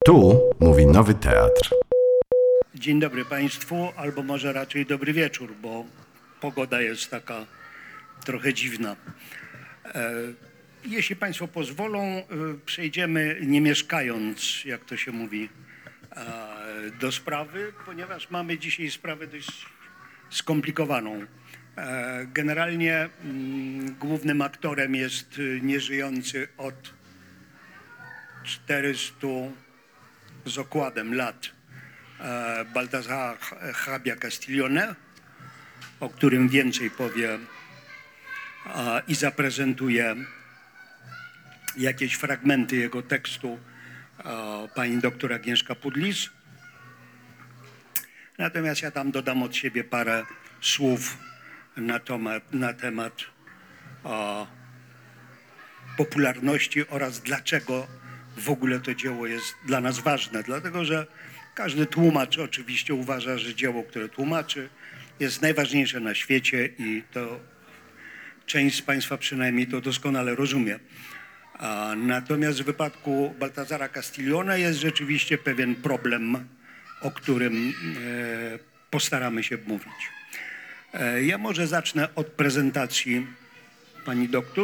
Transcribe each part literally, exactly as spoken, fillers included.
Tu mówi Nowy Teatr. Dzień dobry Państwu, albo może raczej dobry wieczór, bo pogoda jest taka trochę dziwna. E, jeśli Państwo pozwolą, e, przejdziemy nie mieszkając, jak to się mówi, e, do sprawy, ponieważ mamy dzisiaj sprawę dość skomplikowaną. E, generalnie mm, głównym aktorem jest nieżyjący od czterystu z okładem lat Baltazar Hrabia Castiglione, o którym więcej powie i zaprezentuje jakieś fragmenty jego tekstu pani doktor Agnieszka Pudlis. Natomiast ja tam dodam od siebie parę słów na temat, na temat o, popularności oraz dlaczego w ogóle to dzieło jest dla nas ważne. Dlatego, że każdy tłumacz oczywiście uważa, że dzieło, które tłumaczy, jest najważniejsze na świecie i to część z Państwa przynajmniej to doskonale rozumie. A natomiast w wypadku Baltazara Castiglione jest rzeczywiście pewien problem, o którym e, postaramy się mówić. E, ja może zacznę od prezentacji pani doktor.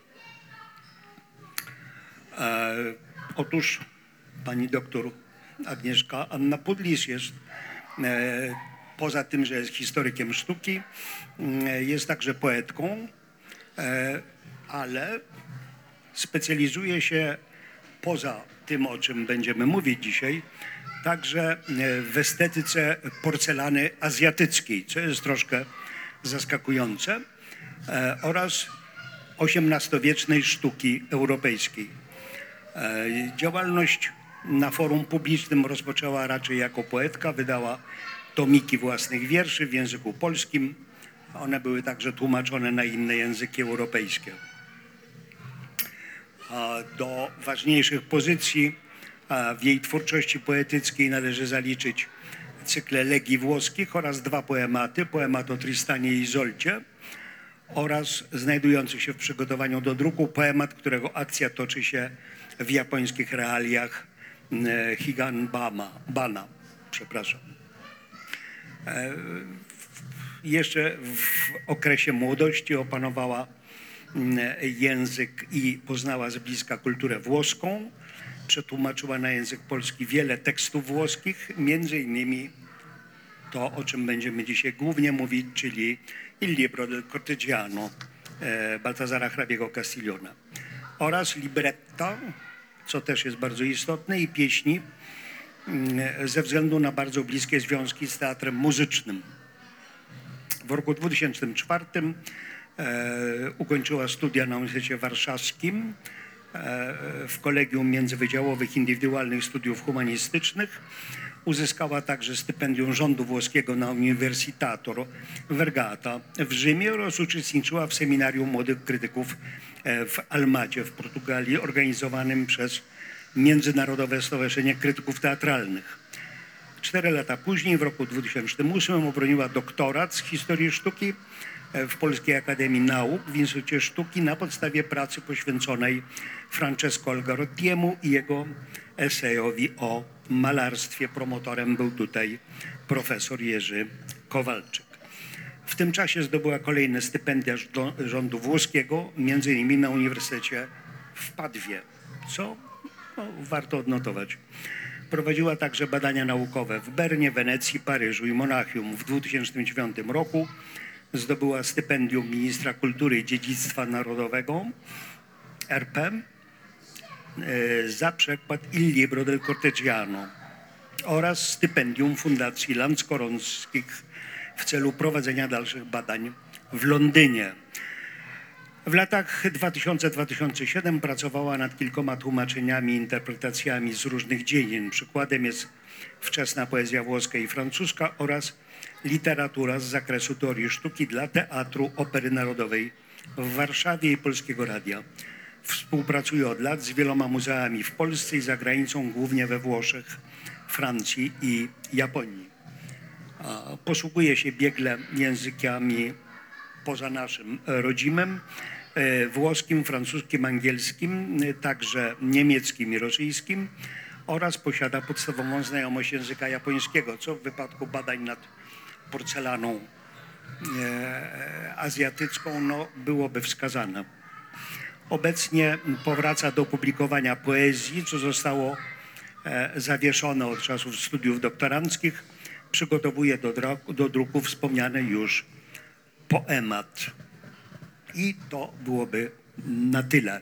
E, otóż pani doktor Agnieszka Anna Pudlis jest, e, poza tym, że jest historykiem sztuki, e, jest także poetką, e, ale specjalizuje się poza tym, o czym będziemy mówić dzisiaj, także w estetyce porcelany azjatyckiej, co jest troszkę zaskakujące, e, oraz osiemnastowiecznej sztuki europejskiej. E, działalność na forum publicznym rozpoczęła raczej jako poetka, wydała tomiki własnych wierszy w języku polskim. One były także tłumaczone na inne języki europejskie. Do ważniejszych pozycji w jej twórczości poetyckiej należy zaliczyć cykle Legii Włoskich oraz dwa poematy, poemat o Tristanie i Izolcie oraz znajdujący się w przygotowaniu do druku poemat, którego akcja toczy się w japońskich realiach Higanbama, Bana, przepraszam. E, jeszcze w okresie młodości opanowała język i poznała z bliska kulturę włoską. Przetłumaczyła na język polski wiele tekstów włoskich, między innymi to, o czym będziemy dzisiaj głównie mówić, czyli Il libro del cortegiano e, Baltazara Hrabiego Castiglione oraz libretta, co też jest bardzo istotne, i pieśni ze względu na bardzo bliskie związki z teatrem muzycznym. W roku dwutysięcznym czwartym e, ukończyła studia na Uniwersytecie Warszawskim e, w Kolegium Międzywydziałowych Indywidualnych Studiów Humanistycznych. Uzyskała także stypendium rządu włoskiego na Universitato Vergata w Rzymie oraz uczestniczyła w seminarium młodych krytyków w Almacie w Portugalii, organizowanym przez Międzynarodowe Stowarzyszenie Krytyków Teatralnych. Cztery lata później, w roku dwutysięcznym ósmym, obroniła doktorat z historii sztuki w Polskiej Akademii Nauk w Instytucie Sztuki na podstawie pracy poświęconej Francesco Algarottiemu i jego esejowi o malarstwie. Promotorem był tutaj profesor Jerzy Kowalczyk. W tym czasie zdobyła kolejne stypendia rządu włoskiego, między innymi na Uniwersytecie w Padwie, co no, warto odnotować. Prowadziła także badania naukowe w Bernie, Wenecji, Paryżu i Monachium. W dwa tysiące dziewiątym roku zdobyła stypendium Ministra Kultury i Dziedzictwa Narodowego R P za przekład Il libro del cortegiano oraz stypendium Fundacji Landskorowskich w celu prowadzenia dalszych badań w Londynie. W latach dwa tysiące do dwa tysiące siódmego pracowała nad kilkoma tłumaczeniami i interpretacjami z różnych dziedzin. Przykładem jest wczesna poezja włoska i francuska oraz literatura z zakresu teorii sztuki dla Teatru Opery Narodowej w Warszawie i Polskiego Radia. Współpracuje od lat z wieloma muzeami w Polsce i za granicą, głównie we Włoszech, Francji i Japonii. Posługuje się biegle językami poza naszym rodzimym, włoskim, francuskim, angielskim, także niemieckim i rosyjskim oraz posiada podstawową znajomość języka japońskiego, co w wypadku badań nad porcelaną e, azjatycką no, byłoby wskazane. Obecnie powraca do publikowania poezji, co zostało e, zawieszone od czasów studiów doktoranckich. Przygotowuje do, do druku wspomniany już poemat. I to byłoby na tyle.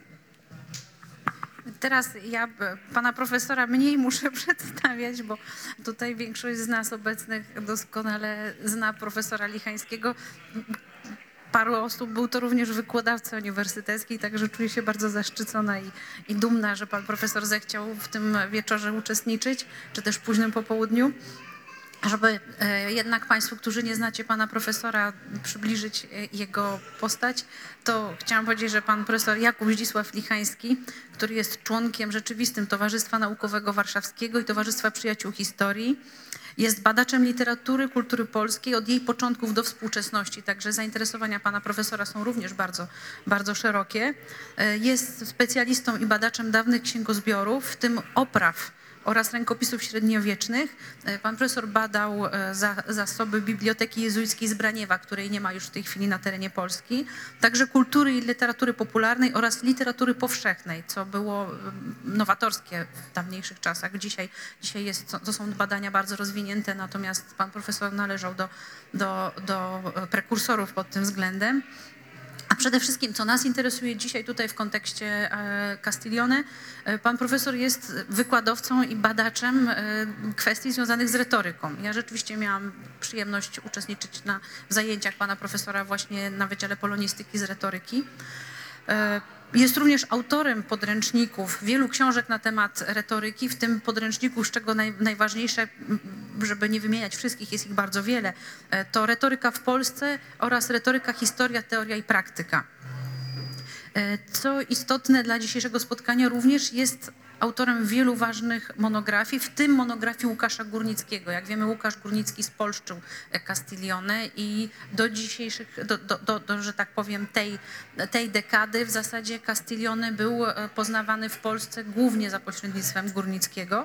Teraz ja pana profesora mniej muszę przedstawiać, bo tutaj większość z nas obecnych doskonale zna profesora Lichańskiego. Paru osób, był to również wykładowca uniwersytecki, także czuję się bardzo zaszczycona i, i dumna, że pan profesor zechciał w tym wieczorze uczestniczyć, czy też późnym popołudniu. Żeby jednak Państwu, którzy nie znacie pana profesora, przybliżyć jego postać, to chciałam powiedzieć, że pan profesor Jakub Zdzisław Lichański, który jest członkiem rzeczywistym Towarzystwa Naukowego Warszawskiego i Towarzystwa Przyjaciół Historii, jest badaczem literatury, kultury polskiej od jej początków do współczesności, także zainteresowania pana profesora są również bardzo, bardzo szerokie. Jest specjalistą i badaczem dawnych księgozbiorów, w tym opraw oraz rękopisów średniowiecznych. Pan profesor badał za, zasoby Biblioteki Jezuickiej z Braniewa, której nie ma już w tej chwili na terenie Polski, także kultury i literatury popularnej oraz literatury powszechnej, co było nowatorskie w dawniejszych czasach. Dzisiaj, dzisiaj jest, to są badania bardzo rozwinięte, natomiast pan profesor należał do, do, do prekursorów pod tym względem. A przede wszystkim, co nas interesuje dzisiaj tutaj w kontekście Castiglione, pan profesor jest wykładowcą i badaczem kwestii związanych z retoryką. Ja rzeczywiście miałam przyjemność uczestniczyć na zajęciach pana profesora właśnie na Wydziale Polonistyki z retoryki. Jest również autorem podręczników, wielu książek na temat retoryki, w tym podręczniku, z czego naj, najważniejsze, żeby nie wymieniać wszystkich, jest ich bardzo wiele, to Retoryka w Polsce oraz Retoryka, Historia, Teoria i Praktyka. Co istotne dla dzisiejszego spotkania, również jest autorem wielu ważnych monografii, w tym monografii Łukasza Górnickiego. Jak wiemy, Łukasz Górnicki spolszczył Castiglione i do dzisiejszych, do, do, do, do, że tak powiem, tej, tej dekady w zasadzie Castiglione był poznawany w Polsce głównie za pośrednictwem Górnickiego.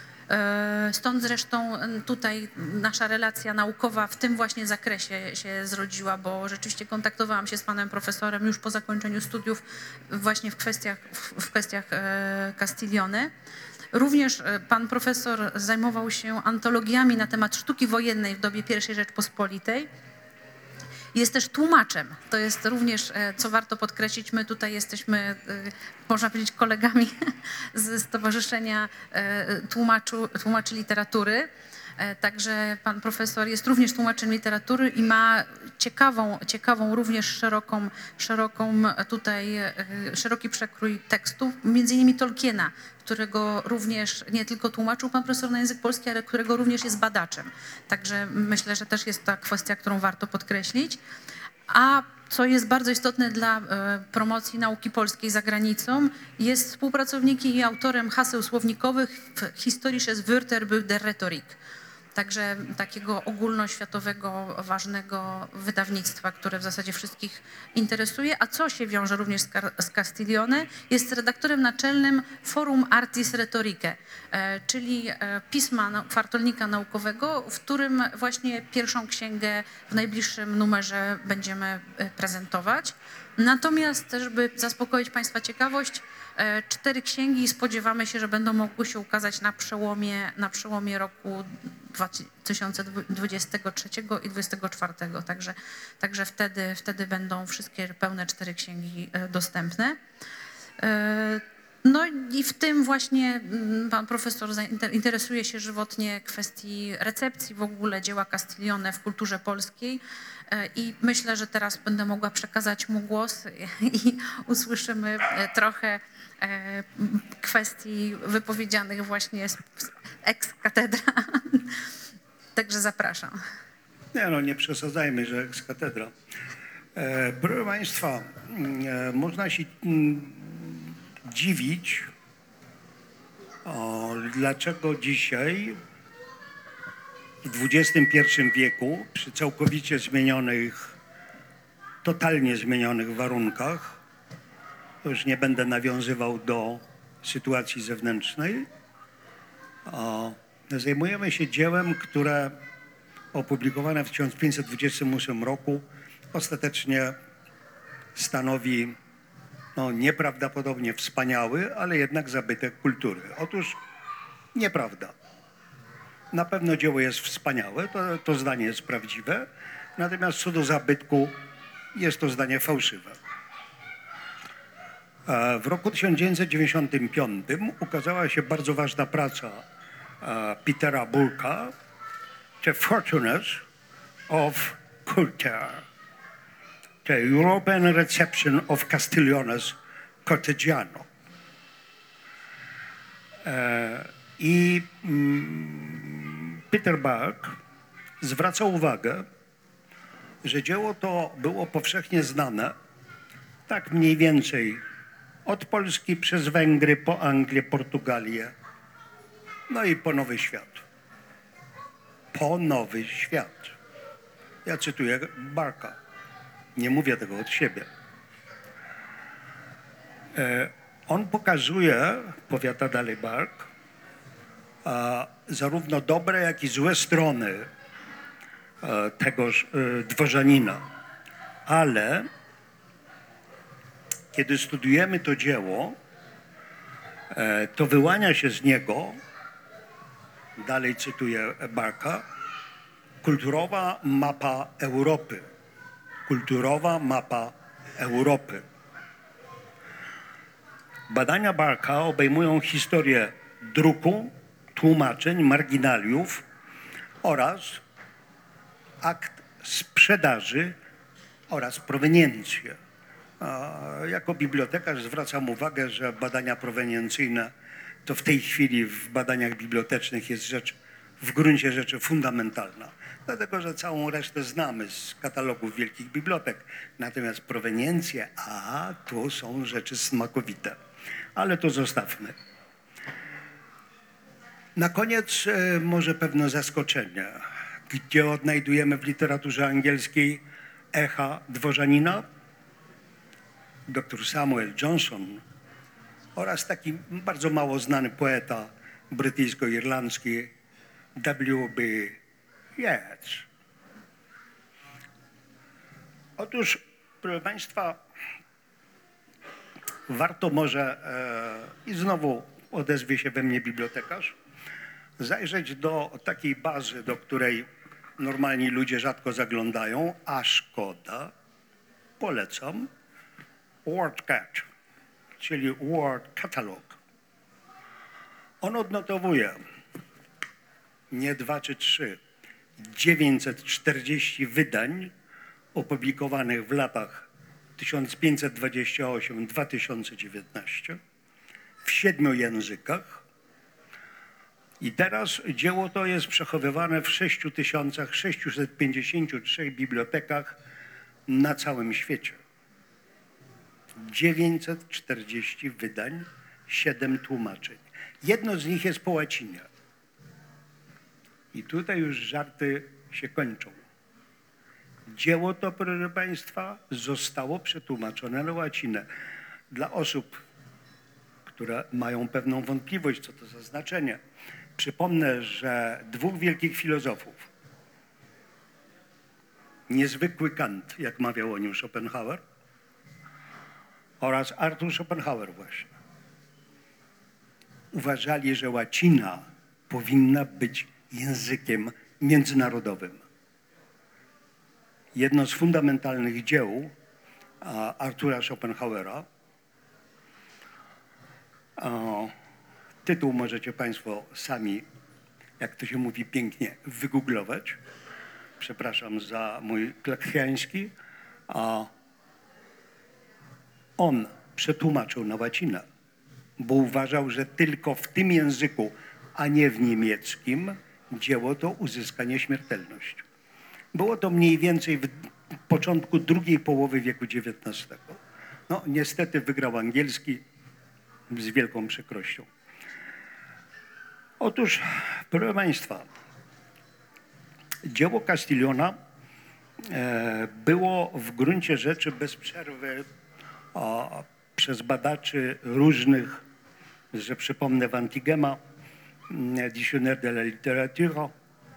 Stąd zresztą tutaj nasza relacja naukowa w tym właśnie zakresie się zrodziła, bo rzeczywiście kontaktowałam się z panem profesorem już po zakończeniu studiów właśnie w kwestiach, w kwestiach Castiglione. Również pan profesor zajmował się antologiami na temat sztuki wojennej w dobie pierwszej Rzeczpospolitej. Jest też tłumaczem. To jest również, co warto podkreślić, my tutaj jesteśmy, można powiedzieć, kolegami z Stowarzyszenia Tłumaczu, Tłumaczy Literatury. Także pan profesor jest również tłumaczem literatury i ma ciekawą, ciekawą również szeroką, szeroką tutaj, szeroki przekrój tekstów, między innymi Tolkiena, którego również nie tylko tłumaczył pan profesor na język polski, ale którego również jest badaczem. Także myślę, że też jest to kwestia, którą warto podkreślić. A co jest bardzo istotne dla promocji nauki polskiej za granicą, jest współpracownikiem i autorem haseł słownikowych w Historisches Wörterbuch der Rhetorik. Także takiego ogólnoświatowego, ważnego wydawnictwa, które w zasadzie wszystkich interesuje. A co się wiąże również z Castiglione? Jest redaktorem naczelnym Forum Artis Rhetoricae, czyli pisma kwartalnika naukowego, w którym właśnie pierwszą księgę w najbliższym numerze będziemy prezentować. Natomiast, żeby zaspokoić państwa ciekawość, cztery księgi i spodziewamy się, że będą mogły się ukazać na przełomie, na przełomie roku dwa tysiące dwudziestego trzeciego i dwudziestego czwartego. Także, także wtedy, wtedy będą wszystkie pełne cztery księgi dostępne. No i w tym właśnie pan profesor interesuje się żywotnie kwestii recepcji w ogóle dzieła Castiglione w kulturze polskiej i myślę, że teraz będę mogła przekazać mu głos i usłyszymy trochę kwestii wypowiedzianych właśnie z ex cathedra. Także zapraszam. Nie no, nie przesadzajmy, że ex cathedra. E, proszę państwa, e, można się m, dziwić, o, dlaczego dzisiaj w dwudziestym pierwszym wieku przy całkowicie zmienionych, totalnie zmienionych warunkach, już nie będę nawiązywał do sytuacji zewnętrznej, O, zajmujemy się dziełem, które opublikowane w tysiąc pięćset dwudziestym ósmym roku ostatecznie stanowi no, nieprawdopodobnie wspaniały, ale jednak zabytek kultury. Otóż nieprawda. Na pewno dzieło jest wspaniałe, to, to zdanie jest prawdziwe, natomiast co do zabytku jest to zdanie fałszywe. E, W roku tysiąc dziewięćset dziewięćdziesiątym piątym ukazała się bardzo ważna praca e, Petera Burke'a, The Fortunes of Culture, The European Reception of Castiglione's Cortegiano. E, I mm, Peter Burke zwraca uwagę, że dzieło to było powszechnie znane, tak mniej więcej od Polski przez Węgry, po Anglię, Portugalię, no i po Nowy Świat. Po Nowy Świat. Ja cytuję Burke'a. Nie mówię tego od siebie. E, on pokazuje, powiada dalej Burke, a, zarówno dobre, jak i złe strony e, tegoż e, dworzanina. Ale kiedy studujemy to dzieło, e, to wyłania się z niego, dalej cytuję Burke'a, kulturowa mapa Europy. Kulturowa mapa Europy. Badania Burke'a obejmują historię druku, tłumaczeń, marginaliów oraz akt sprzedaży oraz proweniencję. Jako bibliotekarz zwracam uwagę, że badania proweniencyjne to w tej chwili w badaniach bibliotecznych jest rzecz w gruncie rzeczy fundamentalna. Dlatego, że całą resztę znamy z katalogów wielkich bibliotek. Natomiast proweniencje, a tu są rzeczy smakowite. Ale to zostawmy. Na koniec e, może pewne zaskoczenie. Gdzie odnajdujemy w literaturze angielskiej echa dworzanina? Doktor Samuel Johnson oraz taki bardzo mało znany poeta brytyjsko-irlandzki W B Yeats. Otóż, proszę Państwa, warto może, e, i znowu odezwie się we mnie bibliotekarz, zajrzeć do takiej bazy, do której normalni ludzie rzadko zaglądają, a szkoda, polecam, WordCat, czyli Word Catalog. On odnotowuje nie dwa czy trzy, dziewięćset czterdzieści wydań opublikowanych w latach tysiąc pięćset dwadzieścia osiem do dwa tysiące dziewiętnaście w siedmiu językach. I teraz dzieło to jest przechowywane w sześć tysięcy sześćset pięćdziesięciu trzech bibliotekach na całym świecie. dziewięćset czterdzieści wydań, siedem tłumaczeń. Jedno z nich jest po łacinie. I tutaj już żarty się kończą. Dzieło to, proszę Państwa, zostało przetłumaczone na łacinę. Dla osób, które mają pewną wątpliwość, co to za znaczenie, przypomnę, że dwóch wielkich filozofów, niezwykły Kant, jak mawiał o nim Schopenhauer, oraz Arthur Schopenhauer właśnie, uważali, że łacina powinna być językiem międzynarodowym. Jedno z fundamentalnych dzieł Artura Schopenhauera, tytuł możecie Państwo sami, jak to się mówi pięknie, wygooglować. Przepraszam za mój klekchiański. On przetłumaczył na łacinę, bo uważał, że tylko w tym języku, a nie w niemieckim, dzieło to uzyska nieśmiertelność. Było to mniej więcej w początku drugiej połowy wieku dziewiętnastego. No niestety wygrał angielski z wielką przykrością. Otóż, proszę Państwa, dzieło Castigliona e, było w gruncie rzeczy bez przerwy o, przez badaczy różnych, że przypomnę Wantigema, mm, Dictionnaire de la littérature,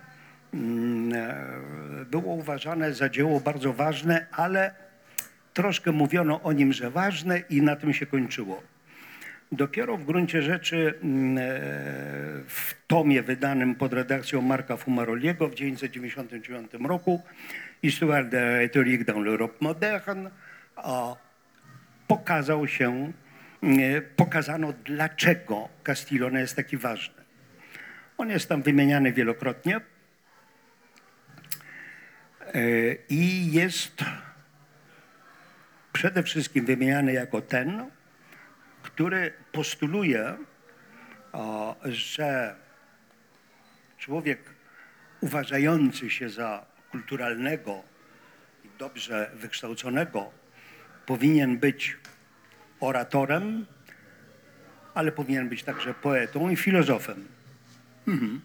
było uważane za dzieło bardzo ważne, ale troszkę mówiono o nim, że ważne i na tym się kończyło. Dopiero w gruncie rzeczy w tomie wydanym pod redakcją Marka Fumaroliego w tysiąc dziewięćset dziewięćdziesiątym dziewiątym roku Histoire de la rhétorique dans l'Europe moderne pokazał się, pokazano, dlaczego Castiglione jest taki ważny. On jest tam wymieniany wielokrotnie i jest przede wszystkim wymieniany jako ten, który postuluje, że człowiek uważający się za kulturalnego i dobrze wykształconego powinien być oratorem, ale powinien być także poetą i filozofem. Mhm.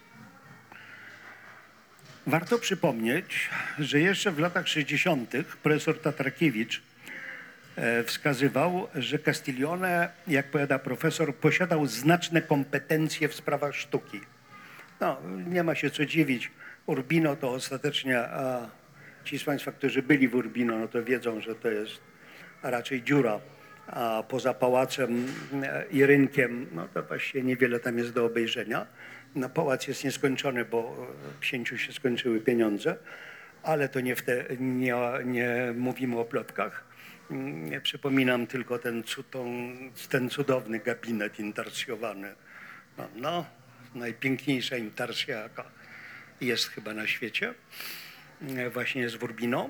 Warto przypomnieć, że jeszcze w latach sześćdziesiątych profesor Tatarkiewicz wskazywał, że Castiglione, jak powiada profesor, posiadał znaczne kompetencje w sprawach sztuki. No, nie ma się co dziwić. Urbino to ostatecznie, a ci z Państwa, którzy byli w Urbino, no to wiedzą, że to jest raczej dziura. A poza pałacem i rynkiem, no to właściwie niewiele tam jest do obejrzenia. No, pałac jest nieskończony, bo księciu się skończyły pieniądze, ale to nie, w te, nie, nie mówimy o plotkach. Nie przypominam tylko ten, ten cudowny gabinet intarsjowany. No, no, najpiękniejsza intarsja, jaka jest chyba na świecie. Właśnie jest w Urbino.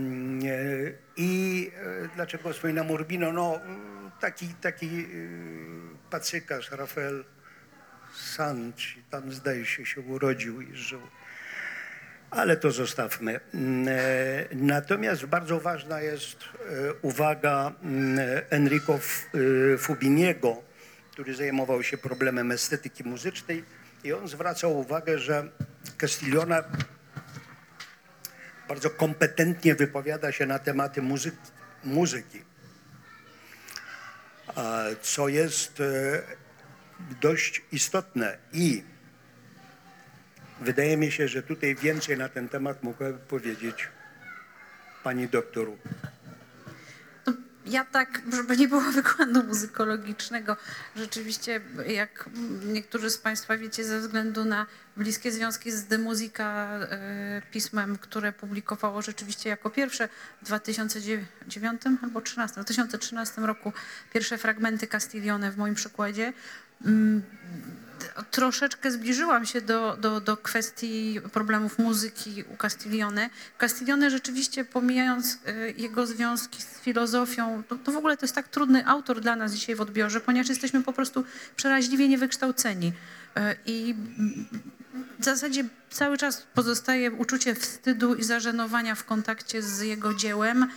I dlaczego wspominam Urbino? No, taki, taki pacykarz, Rafael Sanci, tam zdaje się się urodził i żył. Ale to zostawmy. Natomiast bardzo ważna jest uwaga Enrico Fubiniego, który zajmował się problemem estetyki muzycznej i on zwracał uwagę, że Castiglione bardzo kompetentnie wypowiada się na tematy muzyki, muzyki, co jest dość istotne i wydaje mi się, że tutaj więcej na ten temat mogłaby powiedzieć pani doktor. No, ja tak, żeby nie było wykładu muzykologicznego, rzeczywiście, jak niektórzy z Państwa wiecie, ze względu na bliskie związki z De Musica, e, pismem, które publikowało rzeczywiście jako pierwsze w dwa tysiące dziewiątym albo dwa tysiące trzynastym, w dwa tysiące trzynastym roku pierwsze fragmenty Castiglione w moim przykładzie. Mm, troszeczkę zbliżyłam się do, do, do kwestii problemów muzyki u Castiglione. Castiglione rzeczywiście, pomijając jego związki z filozofią, to, to w ogóle to jest tak trudny autor dla nas dzisiaj w odbiorze, ponieważ jesteśmy po prostu przeraźliwie niewykształceni. I w zasadzie cały czas pozostaje uczucie wstydu i zażenowania w kontakcie z jego dziełem,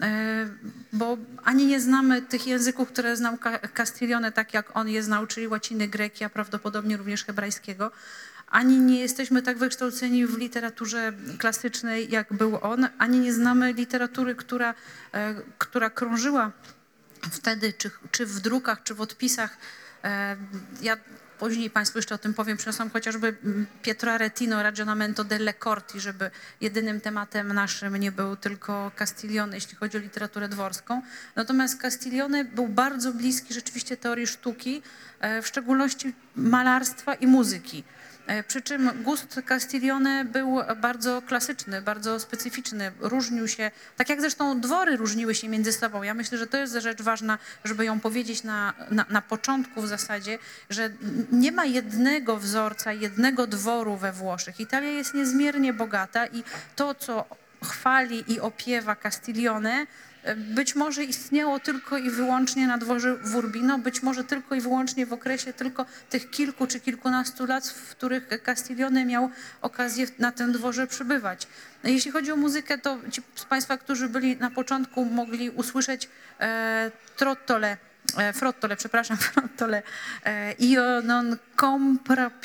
bo ani nie znamy tych języków, które znał Castiglione tak jak on je znał, czyli łaciny, greki, a prawdopodobnie również hebrajskiego, ani nie jesteśmy tak wykształceni w literaturze klasycznej, jak był on, ani nie znamy literatury, która, która krążyła wtedy, czy, czy w drukach, czy w odpisach. Ja później Państwu jeszcze o tym powiem, przyniosłam chociażby Pietro Aretino, Ragionamento delle Corti, żeby jedynym tematem naszym nie był tylko Castiglione, jeśli chodzi o literaturę dworską. Natomiast Castiglione był bardzo bliski rzeczywiście teorii sztuki, w szczególności malarstwa i muzyki. Przy czym gust Castiglione był bardzo klasyczny, bardzo specyficzny, różnił się, tak jak zresztą dwory różniły się między sobą. Ja myślę, że to jest rzecz ważna, żeby ją powiedzieć na, na, na początku w zasadzie, że nie ma jednego wzorca, jednego dworu we Włoszech. Italia jest niezmiernie bogata i to, co chwali i opiewa Castiglione, być może istniało tylko i wyłącznie na dworze w Urbino, być może tylko i wyłącznie w okresie tylko tych kilku czy kilkunastu lat, w których Castiglione miał okazję na tym dworze przybywać. Jeśli chodzi o muzykę, to ci z Państwa, którzy byli na początku, mogli usłyszeć e, trottole, e, frottole, przepraszam, frottole. E, Io non compra più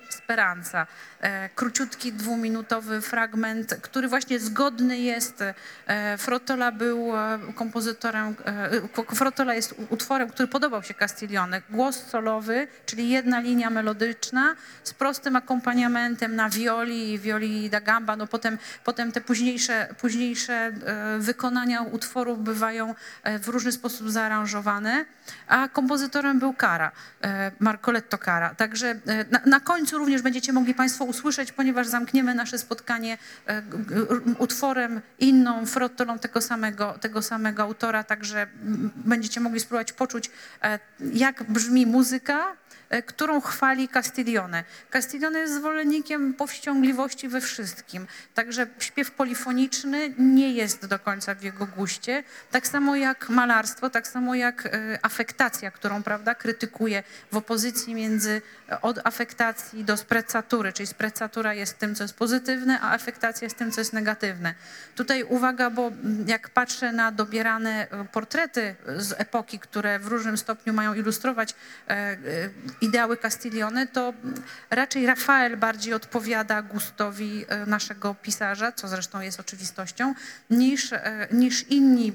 Speranza. E, króciutki, dwuminutowy fragment, który właśnie zgodny jest. E, Frottola był e, kompozytorem, e, Frottola jest utworem, który podobał się Castiglione. Głos solowy, czyli jedna linia melodyczna z prostym akompaniamentem na wioli i wioli da gamba. No potem, potem te późniejsze, późniejsze e, wykonania utworów bywają e, w różny sposób zaaranżowane, a kompozytorem był Cara, e, Marcoletto Cara. Także e, na, na końcu również będziecie mogli Państwo usłyszeć, ponieważ zamkniemy nasze spotkanie e, utworem inną, Frottolą tego samego, tego samego autora, także będziecie mogli spróbować poczuć, e, jak brzmi muzyka, którą chwali Castiglione. Castiglione jest zwolennikiem powściągliwości we wszystkim, także śpiew polifoniczny nie jest do końca w jego guście, tak samo jak malarstwo, tak samo jak afektacja, którą, prawda, krytykuje w opozycji między od afektacji do sprezzatury, czyli sprezzatura jest tym, co jest pozytywne, a afektacja jest tym, co jest negatywne. Tutaj uwaga, bo jak patrzę na dobierane portrety z epoki, które w różnym stopniu mają ilustrować ideały Castiglione, to raczej Rafael bardziej odpowiada gustowi naszego pisarza, co zresztą jest oczywistością, niż, niż inni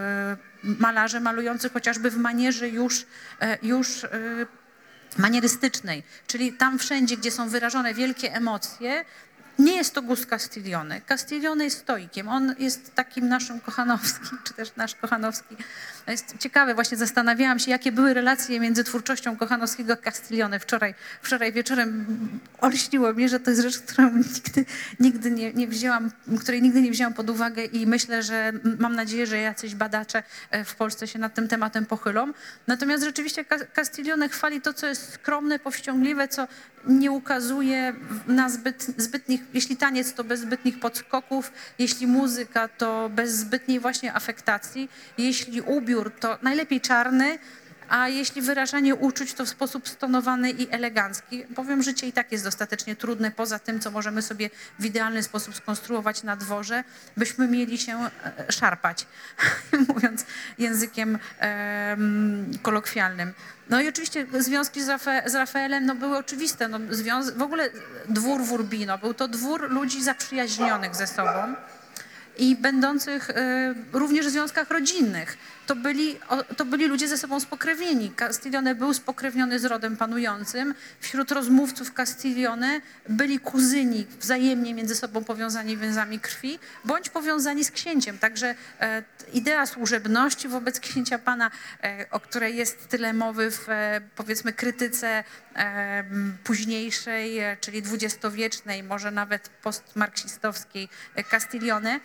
malarze malujący chociażby w manierze już, już manierystycznej, czyli tam wszędzie, gdzie są wyrażone wielkie emocje, nie jest to gust Castiglione. Castiglione jest stoikiem. On jest takim naszym Kochanowskim, czy też nasz Kochanowski. To jest ciekawe, właśnie zastanawiałam się, jakie były relacje między twórczością Kochanowskiego a Castiglione. Wczoraj, wczoraj wieczorem olśniło mnie, że to jest rzecz, którą nigdy, nigdy nie, nie wzięłam, której nigdy nie wzięłam pod uwagę i myślę, że mam nadzieję, że jacyś badacze w Polsce się nad tym tematem pochylą. Natomiast rzeczywiście Castiglione chwali to, co jest skromne, powściągliwe, co nie ukazuje na zbyt, zbytnich, jeśli taniec, to bez zbytnich podskoków, jeśli muzyka, to bez zbytniej właśnie afektacji, jeśli ubiór, to najlepiej czarny, a jeśli wyrażanie uczuć, to w sposób stonowany i elegancki. Powiem, życie i tak jest dostatecznie trudne, poza tym, co możemy sobie w idealny sposób skonstruować na dworze, byśmy mieli się szarpać, mówiąc językiem um, kolokwialnym. No i oczywiście związki z, Rafa z Rafaelem no, były oczywiste. No, w ogóle dwór w Urbino, był to dwór ludzi zaprzyjaźnionych ze sobą i będących y, również w związkach rodzinnych. To byli, o, to byli ludzie ze sobą spokrewnieni. Castiglione był spokrewniony z rodem panującym. Wśród rozmówców Castiglione byli kuzyni wzajemnie między sobą powiązani więzami krwi, bądź powiązani z księciem. Także e, idea służebności wobec księcia pana, e, o której jest tyle mowy w e, powiedzmy krytyce e, późniejszej, e, czyli dwudziestowiecznej, może nawet postmarksistowskiej e, Castiglione,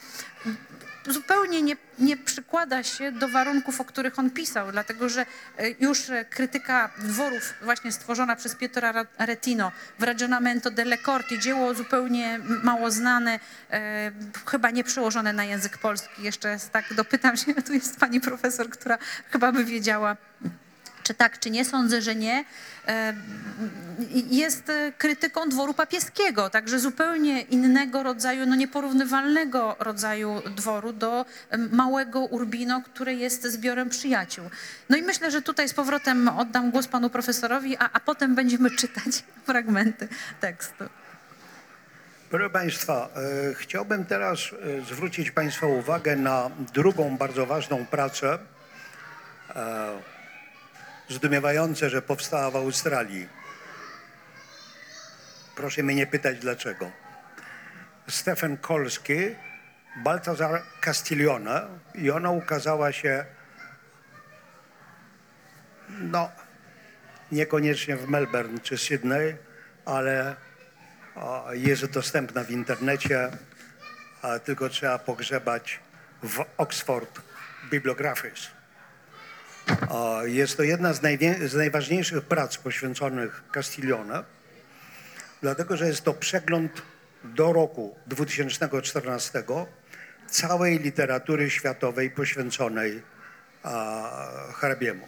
zupełnie nie, nie przykłada się do warunków, o których on pisał, dlatego że już krytyka dworów właśnie stworzona przez Pietro Aretino w Ragionamento delle Corti, dzieło zupełnie mało znane, e, chyba nie przełożone na język polski. Jeszcze tak dopytam się, tu jest pani profesor, która chyba by wiedziała, czy tak, czy nie, sądzę, że nie, jest krytyką dworu papieskiego, także zupełnie innego rodzaju, no nieporównywalnego rodzaju dworu do małego Urbino, które jest zbiorem przyjaciół. No i myślę, że tutaj z powrotem oddam głos panu profesorowi, a, a potem będziemy czytać fragmenty tekstu. Proszę Państwa, e, chciałbym teraz e, zwrócić Państwa uwagę na drugą bardzo ważną pracę, e, zdumiewające, że powstała w Australii. Proszę mnie nie pytać dlaczego. Stefan Kolski, Baltazar Castiglione, i ona ukazała się no niekoniecznie w Melbourne czy Sydney, ale o, jest dostępna w internecie, a tylko trzeba pogrzebać w Oxford Bibliographies. Jest to jedna z, z najważniejszych prac poświęconych Castiglione, dlatego że jest to przegląd do roku dwa tysiące czternastego całej literatury światowej poświęconej hrabiemu.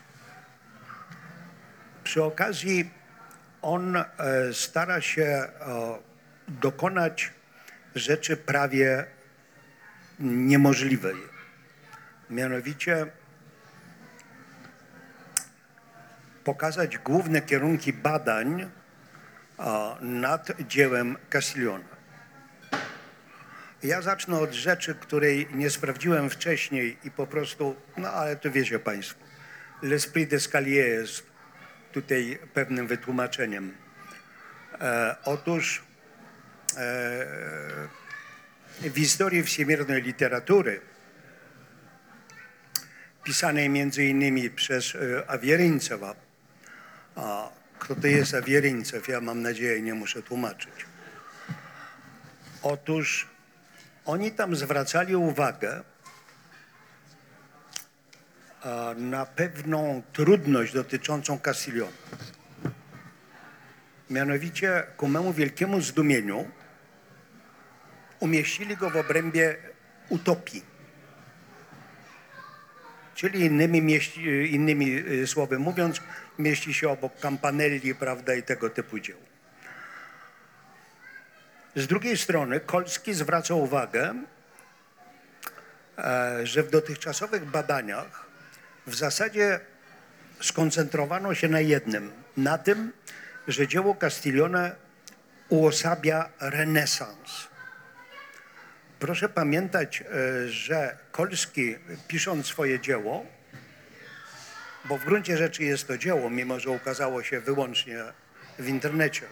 Przy okazji on e, stara się e, dokonać rzeczy prawie niemożliwej. Mianowicie pokazać główne kierunki badań nad dziełem Castigliona. Ja zacznę od rzeczy, której nie sprawdziłem wcześniej i po prostu, no ale to wiecie Państwo, l'esprit d'escalier jest tutaj pewnym wytłumaczeniem. E, otóż e, w historii wszechmiejskiej literatury, pisanej między innymi przez e, Awieryńcewa, a kto to jest Awieryńcew, ja mam nadzieję, nie muszę tłumaczyć. Otóż oni tam zwracali uwagę a, na pewną trudność dotyczącą Castigliona. Mianowicie, ku memu wielkiemu zdumieniu, umieścili go w obrębie utopii. Czyli innymi, mieści, innymi słowy mówiąc, mieści się obok Campanelli, prawda, i tego typu dzieł. Z drugiej strony Kolski zwraca uwagę, że w dotychczasowych badaniach w zasadzie skoncentrowano się na jednym, na tym, że dzieło Castiglione uosabia renesans. Proszę pamiętać, że Kolski, pisząc swoje dzieło, bo w gruncie rzeczy jest to dzieło, mimo że ukazało się wyłącznie w internecie,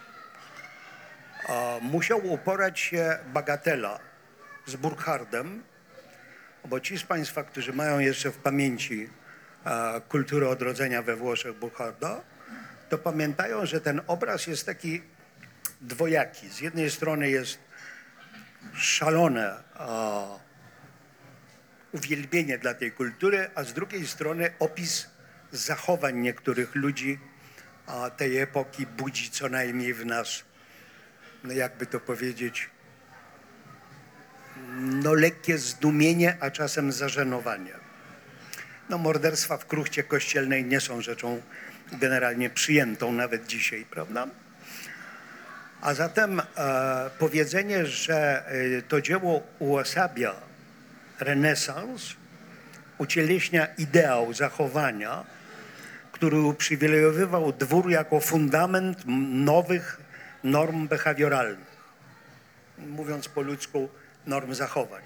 musiał uporać się bagatela z Burchardem, bo ci z Państwa, którzy mają jeszcze w pamięci kulturę odrodzenia we Włoszech Burcharda, to pamiętają, że ten obraz jest taki dwojaki. Z jednej strony jest szalone a, uwielbienie dla tej kultury, a z drugiej strony opis zachowań niektórych ludzi a, tej epoki budzi co najmniej w nas, no jakby to powiedzieć, no lekkie zdumienie, a czasem zażenowanie. No morderstwa w kruchcie kościelnej nie są rzeczą generalnie przyjętą nawet dzisiaj, prawda? A zatem e, powiedzenie, że e, to dzieło uosabia renesans, ucieleśnia ideał zachowania, który uprzywilejowywał dwór jako fundament nowych norm behawioralnych. Mówiąc po ludzku, norm zachowań.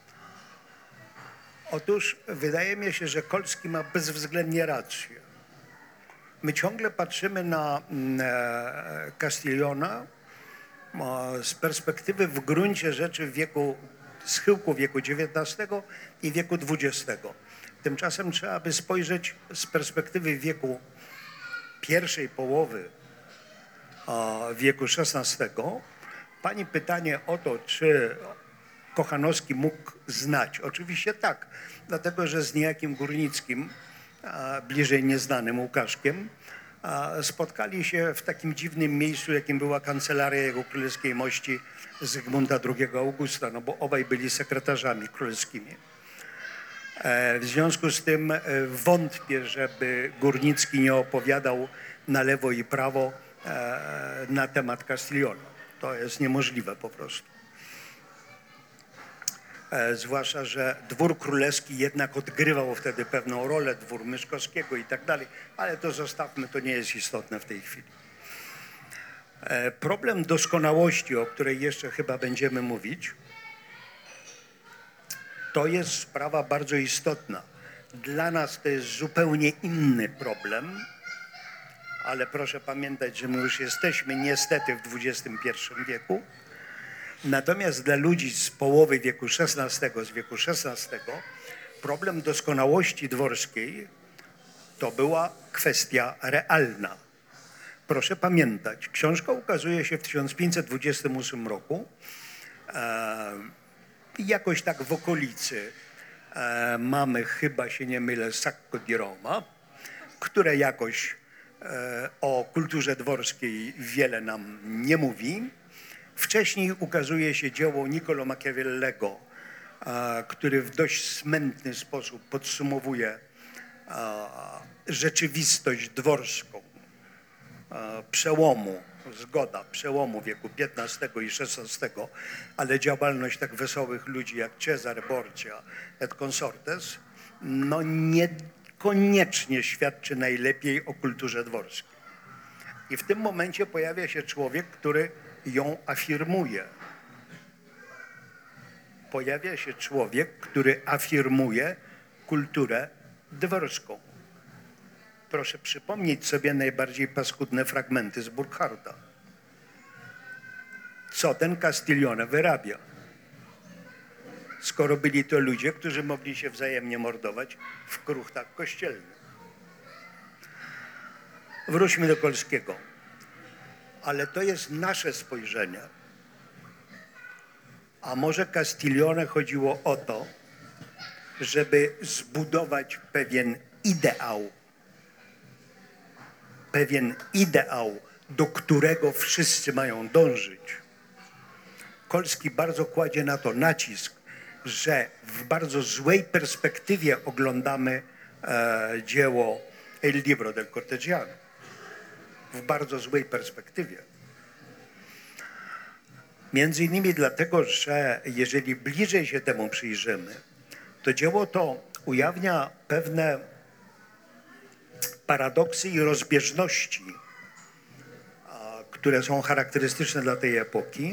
Otóż wydaje mi się, że Kolski ma bezwzględnie rację. My ciągle patrzymy na e, Castigliona z perspektywy w gruncie rzeczy wieku, schyłku wieku dziewiętnastego i wieku dwudziestego. Tymczasem trzeba by spojrzeć z perspektywy wieku pierwszej połowy a, wieku szesnastego. Pani pytanie o to, czy Kochanowski mógł znać. Oczywiście tak, dlatego że z niejakim Górnickim, a, bliżej nieznanym Łukaszkiem, spotkali się w takim dziwnym miejscu, jakim była kancelaria jego królewskiej mości Zygmunta drugiego Augusta, no bo obaj byli sekretarzami królewskimi. W związku z tym wątpię, żeby Górnicki nie opowiadał na lewo i prawo na temat Castigliona. To jest niemożliwe po prostu. Zwłaszcza, że dwór królewski jednak odgrywał wtedy pewną rolę, dwór Myszkowskiego i tak dalej, ale to zostawmy, to nie jest istotne w tej chwili. Problem doskonałości, o której jeszcze chyba będziemy mówić, to jest sprawa bardzo istotna. Dla nas to jest zupełnie inny problem, ale proszę pamiętać, że my już jesteśmy niestety w dwudziestym pierwszym wieku. Natomiast dla ludzi z połowy wieku szesnastego, z wieku szesnastego, problem doskonałości dworskiej to była kwestia realna. Proszę pamiętać, książka ukazuje się w tysiąc pięćset dwudziestym ósmym roku. E, jakoś tak w okolicy e, mamy, chyba się nie mylę, Sacco di Roma, które jakoś e, o kulturze dworskiej wiele nam nie mówi. Wcześniej ukazuje się dzieło Niccolò Machiavellego, który w dość smętny sposób podsumowuje rzeczywistość dworską przełomu, zgoda, przełomu wieku piętnastego i szesnastego, ale działalność tak wesołych ludzi jak Cesare Borgia et consortes, no niekoniecznie świadczy najlepiej o kulturze dworskiej. I w tym momencie pojawia się człowiek, który ją afirmuje. Pojawia się człowiek, który afirmuje kulturę dworską. Proszę przypomnieć sobie najbardziej paskudne fragmenty z Burcharda. Co ten Castiglione wyrabia? Skoro byli to ludzie, którzy mogli się wzajemnie mordować w kruchtach kościelnych. Wróćmy do Kolskiego. Ale to jest nasze spojrzenie. A może Castiglione chodziło o to, żeby zbudować pewien ideał. Pewien ideał, do którego wszyscy mają dążyć. Kolski bardzo kładzie na to nacisk, że w bardzo złej perspektywie oglądamy e, dzieło Il libro del cortegiano. W bardzo złej perspektywie. Między innymi dlatego, że jeżeli bliżej się temu przyjrzymy, to dzieło to ujawnia pewne paradoksy i rozbieżności, a, które są charakterystyczne dla tej epoki,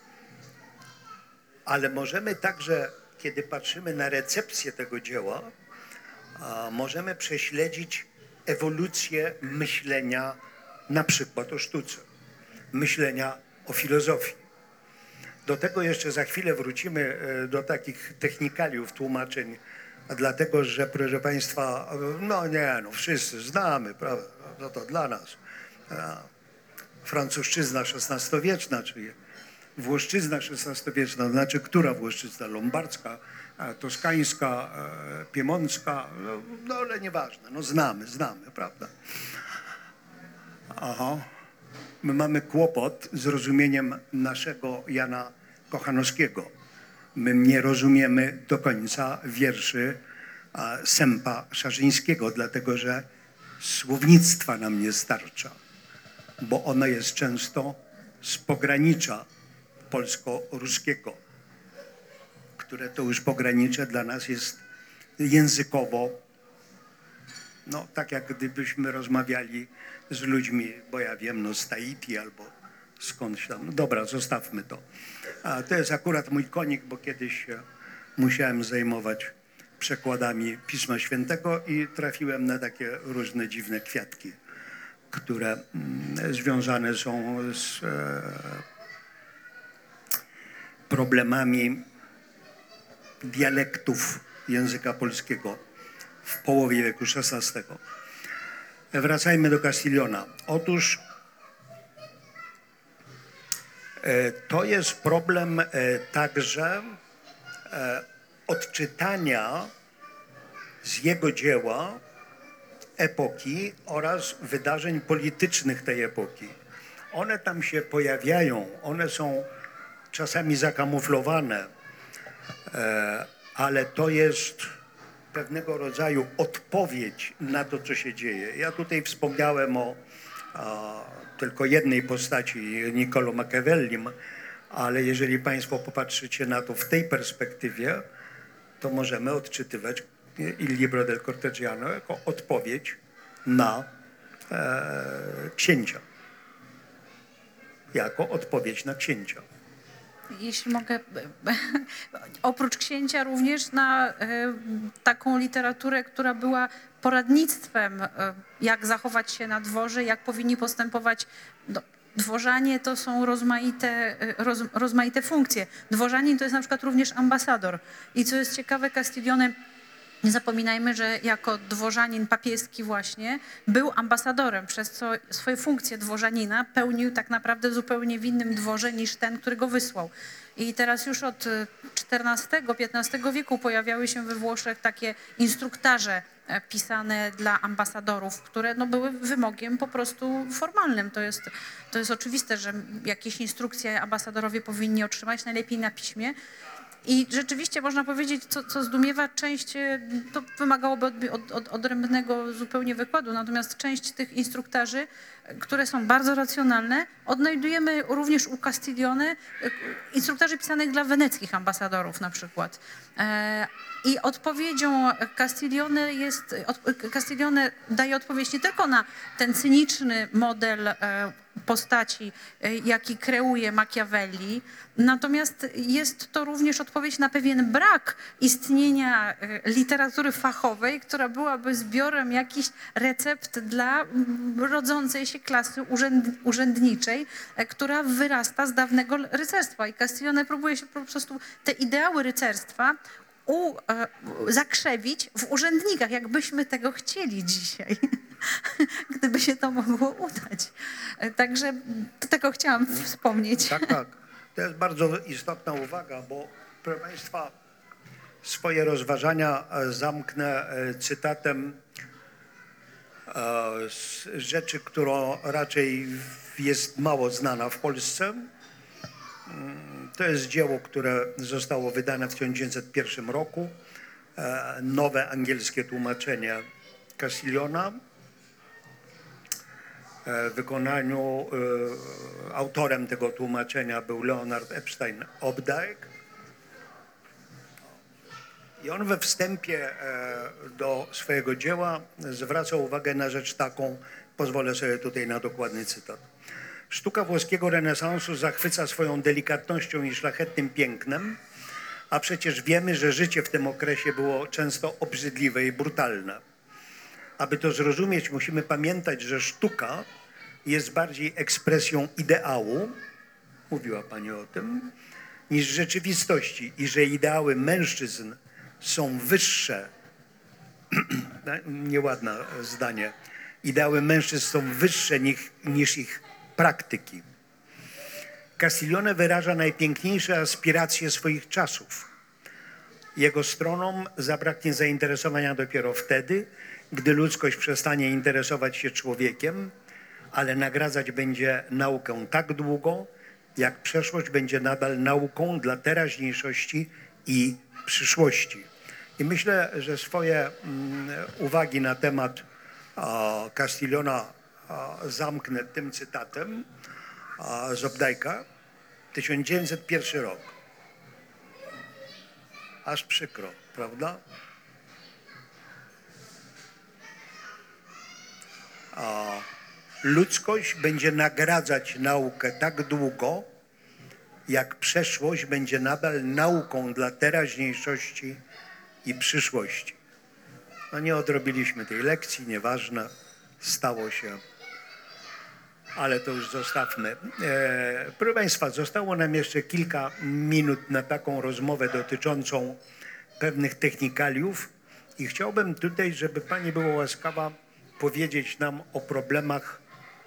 ale możemy także, kiedy patrzymy na recepcję tego dzieła, a, możemy prześledzić ewolucję myślenia na przykład o sztuce, myślenia o filozofii. Do tego jeszcze za chwilę wrócimy do takich technikaliów tłumaczeń, dlatego że, proszę Państwa, no nie, no wszyscy znamy, prawda, no to dla nas. Francuszczyzna szesnastowieczna, czyli włoszczyzna szesnastowieczna, znaczy która włoszczyzna? Lombardzka, toskańska, piemoncka, no, no ale nieważne, no znamy, znamy, prawda? Aha. My mamy kłopot z rozumieniem naszego Jana Kochanowskiego. My nie rozumiemy do końca wierszy a, Sępa Szarzyńskiego, dlatego że słownictwa nam nie starcza, bo ono jest często z pogranicza polsko-ruskiego, które to już pogranicze dla nas jest językowo, no tak jak gdybyśmy rozmawiali z ludźmi, bo ja wiem, no z Tahiti albo skądś tam. No dobra, zostawmy to. A to jest akurat mój konik, bo kiedyś się musiałem zajmować przekładami Pisma Świętego i trafiłem na takie różne dziwne kwiatki, które mm, związane są z e, problemami dialektów języka polskiego w połowie wieku szesnastego. Wracajmy do Castigliona. Otóż e, to jest problem e, także e, odczytania z jego dzieła epoki oraz wydarzeń politycznych tej epoki. One tam się pojawiają, one są czasami zakamuflowane, e, ale to jest pewnego rodzaju odpowiedź na to, co się dzieje. Ja tutaj wspomniałem o a, tylko jednej postaci, Niccolò Machiavellim, ale jeżeli Państwo popatrzycie na to w tej perspektywie, to możemy odczytywać Il libro del cortegiano jako odpowiedź na e, księcia. Jako odpowiedź na księcia. Jeśli mogę, oprócz księcia również na e, taką literaturę, która była poradnictwem, e, jak zachować się na dworze, jak powinni postępować. No, dworzanie to są rozmaite, e, roz, rozmaite funkcje. Dworzanin to jest na przykład również ambasador. I co jest ciekawe, Castiglione, nie zapominajmy, że jako dworzanin papieski właśnie był ambasadorem, przez co swoje funkcje dworzanina pełnił tak naprawdę zupełnie w innym dworze niż ten, który go wysłał. I teraz już od czternastego piętnastego wieku pojawiały się we Włoszech takie instruktarze pisane dla ambasadorów, które no, były wymogiem po prostu formalnym. To jest, to jest oczywiste, że jakieś instrukcje ambasadorowie powinni otrzymać, najlepiej na piśmie. I rzeczywiście można powiedzieć, co, co zdumiewa, część e, to wymagałoby od, od, od, odrębnego zupełnie wykładu, natomiast część tych instruktaży, e, które są bardzo racjonalne, odnajdujemy również u Castiglione, e, instruktarzy pisanych dla weneckich ambasadorów na przykład. E, I odpowiedzią Castiglione jest, od, Castiglione daje odpowiedź nie tylko na ten cyniczny model e, postaci, jaki kreuje Machiavelli. Natomiast jest to również odpowiedź na pewien brak istnienia literatury fachowej, która byłaby zbiorem jakichś recept dla rodzącej się klasy urzędniczej, która wyrasta z dawnego rycerstwa. I Castiglione próbuje się po prostu te ideały rycerstwa u, zakrzewić w urzędnikach, jakbyśmy tego chcieli dzisiaj, gdyby się to mogło udać. Także tego chciałam wspomnieć. Tak, tak. To jest bardzo istotna uwaga, bo proszę Państwa, swoje rozważania zamknę cytatem z rzeczy, która raczej jest mało znana w Polsce. To jest dzieło, które zostało wydane w tysiąc dziewięćset pierwszym roku, nowe angielskie tłumaczenie Castigliona. W wykonaniu autorem tego tłumaczenia był Leonard Epstein Opdyke. I on we wstępie do swojego dzieła zwraca uwagę na rzecz taką, pozwolę sobie tutaj na dokładny cytat. Sztuka włoskiego renesansu zachwyca swoją delikatnością i szlachetnym pięknem, a przecież wiemy, że życie w tym okresie było często obrzydliwe i brutalne. Aby to zrozumieć, musimy pamiętać, że sztuka jest bardziej ekspresją ideału, mówiła Pani o tym, niż rzeczywistości i że ideały mężczyzn są wyższe, nieładne zdanie, ideały mężczyzn są wyższe niż, niż ich praktyki. Castiglione wyraża najpiękniejsze aspiracje swoich czasów. Jego stronom zabraknie zainteresowania dopiero wtedy, gdy ludzkość przestanie interesować się człowiekiem, ale nagradzać będzie naukę tak długo, jak przeszłość będzie nadal nauką dla teraźniejszości i przyszłości. I myślę, że swoje mm, uwagi na temat a, Castigliona a, zamknę tym cytatem a, z Opdyke'a, tysiąc dziewięćset pierwszy rok. Aż przykro, prawda? A ludzkość będzie nagradzać naukę tak długo, jak przeszłość będzie nadal nauką dla teraźniejszości i przyszłości. No nie odrobiliśmy tej lekcji, nieważne, stało się, ale to już zostawmy. E, proszę Państwa, zostało nam jeszcze kilka minut na taką rozmowę dotyczącą pewnych technikaliów i chciałbym tutaj, żeby Pani była łaskawa powiedzieć nam o problemach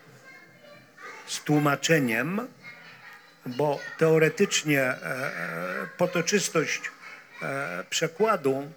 z tłumaczeniem, bo teoretycznie e, potoczystość e, przekładu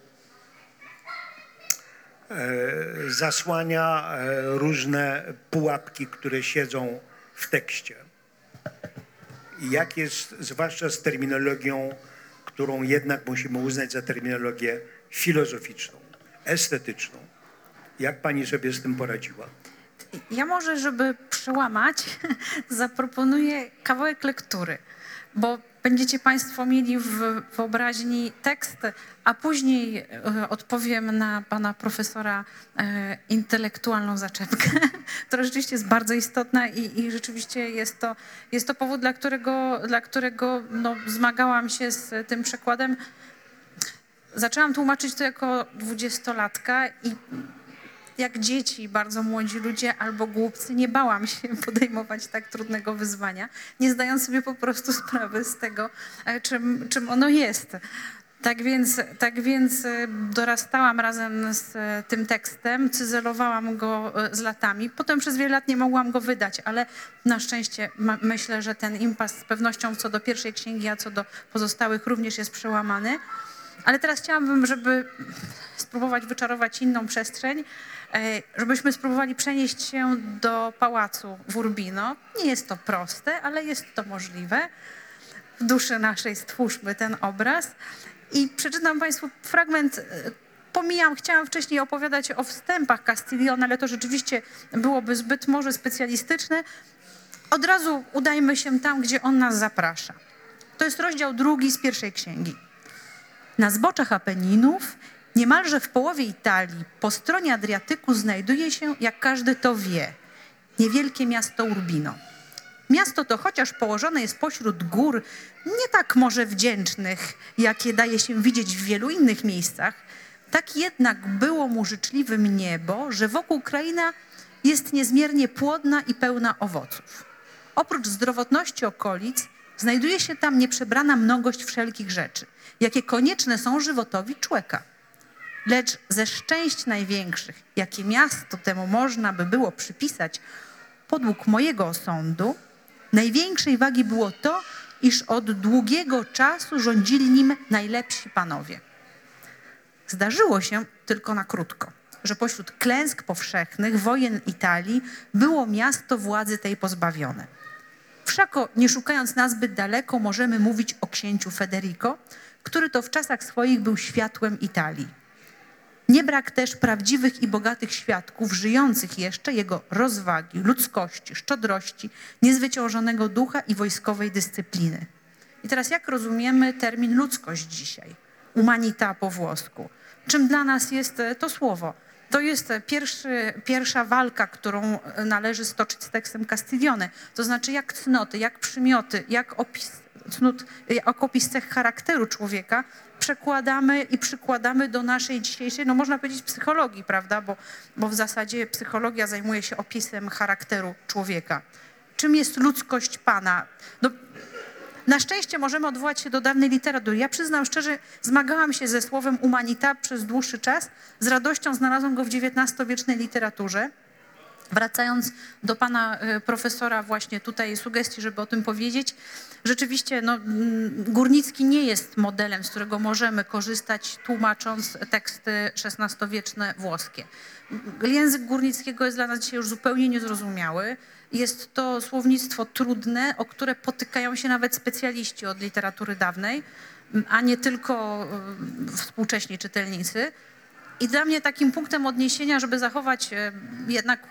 e, zasłania e, różne pułapki, które siedzą w tekście. I jak jest zwłaszcza z terminologią, którą jednak musimy uznać za terminologię filozoficzną, estetyczną. Jak Pani sobie z tym poradziła? Ja może, żeby przełamać, zaproponuję kawałek lektury, bo będziecie Państwo mieli w wyobraźni tekst, a później e, odpowiem na Pana profesora e, intelektualną zaczepkę, która rzeczywiście jest bardzo istotna i, i rzeczywiście jest to, jest to powód, dla którego, dla którego no, zmagałam się z tym przekładem. Zaczęłam tłumaczyć to jako dwudziestolatka i jak dzieci, bardzo młodzi ludzie albo głupcy, nie bałam się podejmować tak trudnego wyzwania, nie zdając sobie po prostu sprawy z tego, czym, czym ono jest. Tak więc, tak więc dorastałam razem z tym tekstem, cyzelowałam go z latami. Potem przez wiele lat nie mogłam go wydać, ale na szczęście myślę, że ten impas z pewnością co do pierwszej księgi, a co do pozostałych również jest przełamany. Ale teraz chciałabym, żeby spróbować wyczarować inną przestrzeń, żebyśmy spróbowali przenieść się do pałacu w Urbino. Nie jest to proste, ale jest to możliwe. w duszy naszej stwórzmy ten obraz. I przeczytam Państwu fragment. Pomijam, chciałam wcześniej opowiadać o wstępach Castiglione, ale to rzeczywiście byłoby zbyt może specjalistyczne. Od razu udajmy się tam, gdzie on nas zaprasza. To jest rozdział drugi z pierwszej księgi. Na zboczach Apeninów, niemalże w połowie Italii, po stronie Adriatyku znajduje się, jak każdy to wie, niewielkie miasto Urbino. Miasto to, chociaż położone jest pośród gór, nie tak może wdzięcznych, jakie daje się widzieć w wielu innych miejscach, tak jednak było mu życzliwym niebo, że wokół kraina jest niezmiernie płodna i pełna owoców. Oprócz zdrowotności okolic znajduje się tam nieprzebrana mnogość wszelkich rzeczy, jakie konieczne są żywotowi człowieka. Lecz ze szczęść największych, jakie miasto temu można by było przypisać, podług mojego osądu, największej wagi było to, iż od długiego czasu rządzili nim najlepsi panowie. Zdarzyło się tylko na krótko, że pośród klęsk powszechnych wojen Italii było miasto władzy tej pozbawione. Wszako, nie szukając nazbyt daleko, możemy mówić o księciu Federico, który to w czasach swoich był światłem Italii. Nie brak też prawdziwych i bogatych świadków, żyjących jeszcze jego rozwagi, ludzkości, szczodrości, niezwyciężonego ducha i wojskowej dyscypliny. I teraz jak rozumiemy termin ludzkość dzisiaj? Humanita po włosku. Czym dla nas jest to słowo? To jest pierwszy, pierwsza walka, którą należy stoczyć z tekstem Castiglione. To znaczy jak cnoty, jak przymioty, jak opis, cnót, jak opis cech charakteru człowieka przekładamy i przykładamy do naszej dzisiejszej, no można powiedzieć psychologii, prawda? Bo, bo w zasadzie psychologia zajmuje się opisem charakteru człowieka. Czym jest ludzkość Pana? No, na szczęście możemy odwołać się do dawnej literatury. Ja przyznam szczerze, zmagałam się ze słowem humanita przez dłuższy czas. Z radością znalazłam go w dziewiętnastowiecznej literaturze. Wracając do pana profesora właśnie tutaj sugestii, żeby o tym powiedzieć, rzeczywiście no, Górnicki nie jest modelem, z którego możemy korzystać, tłumacząc teksty szesnastowieczne włoskie. Język Górnickiego jest dla nas dzisiaj już zupełnie niezrozumiały. Jest to słownictwo trudne, o które potykają się nawet specjaliści od literatury dawnej, a nie tylko współcześni czytelnicy. I dla mnie takim punktem odniesienia, żeby zachować jednak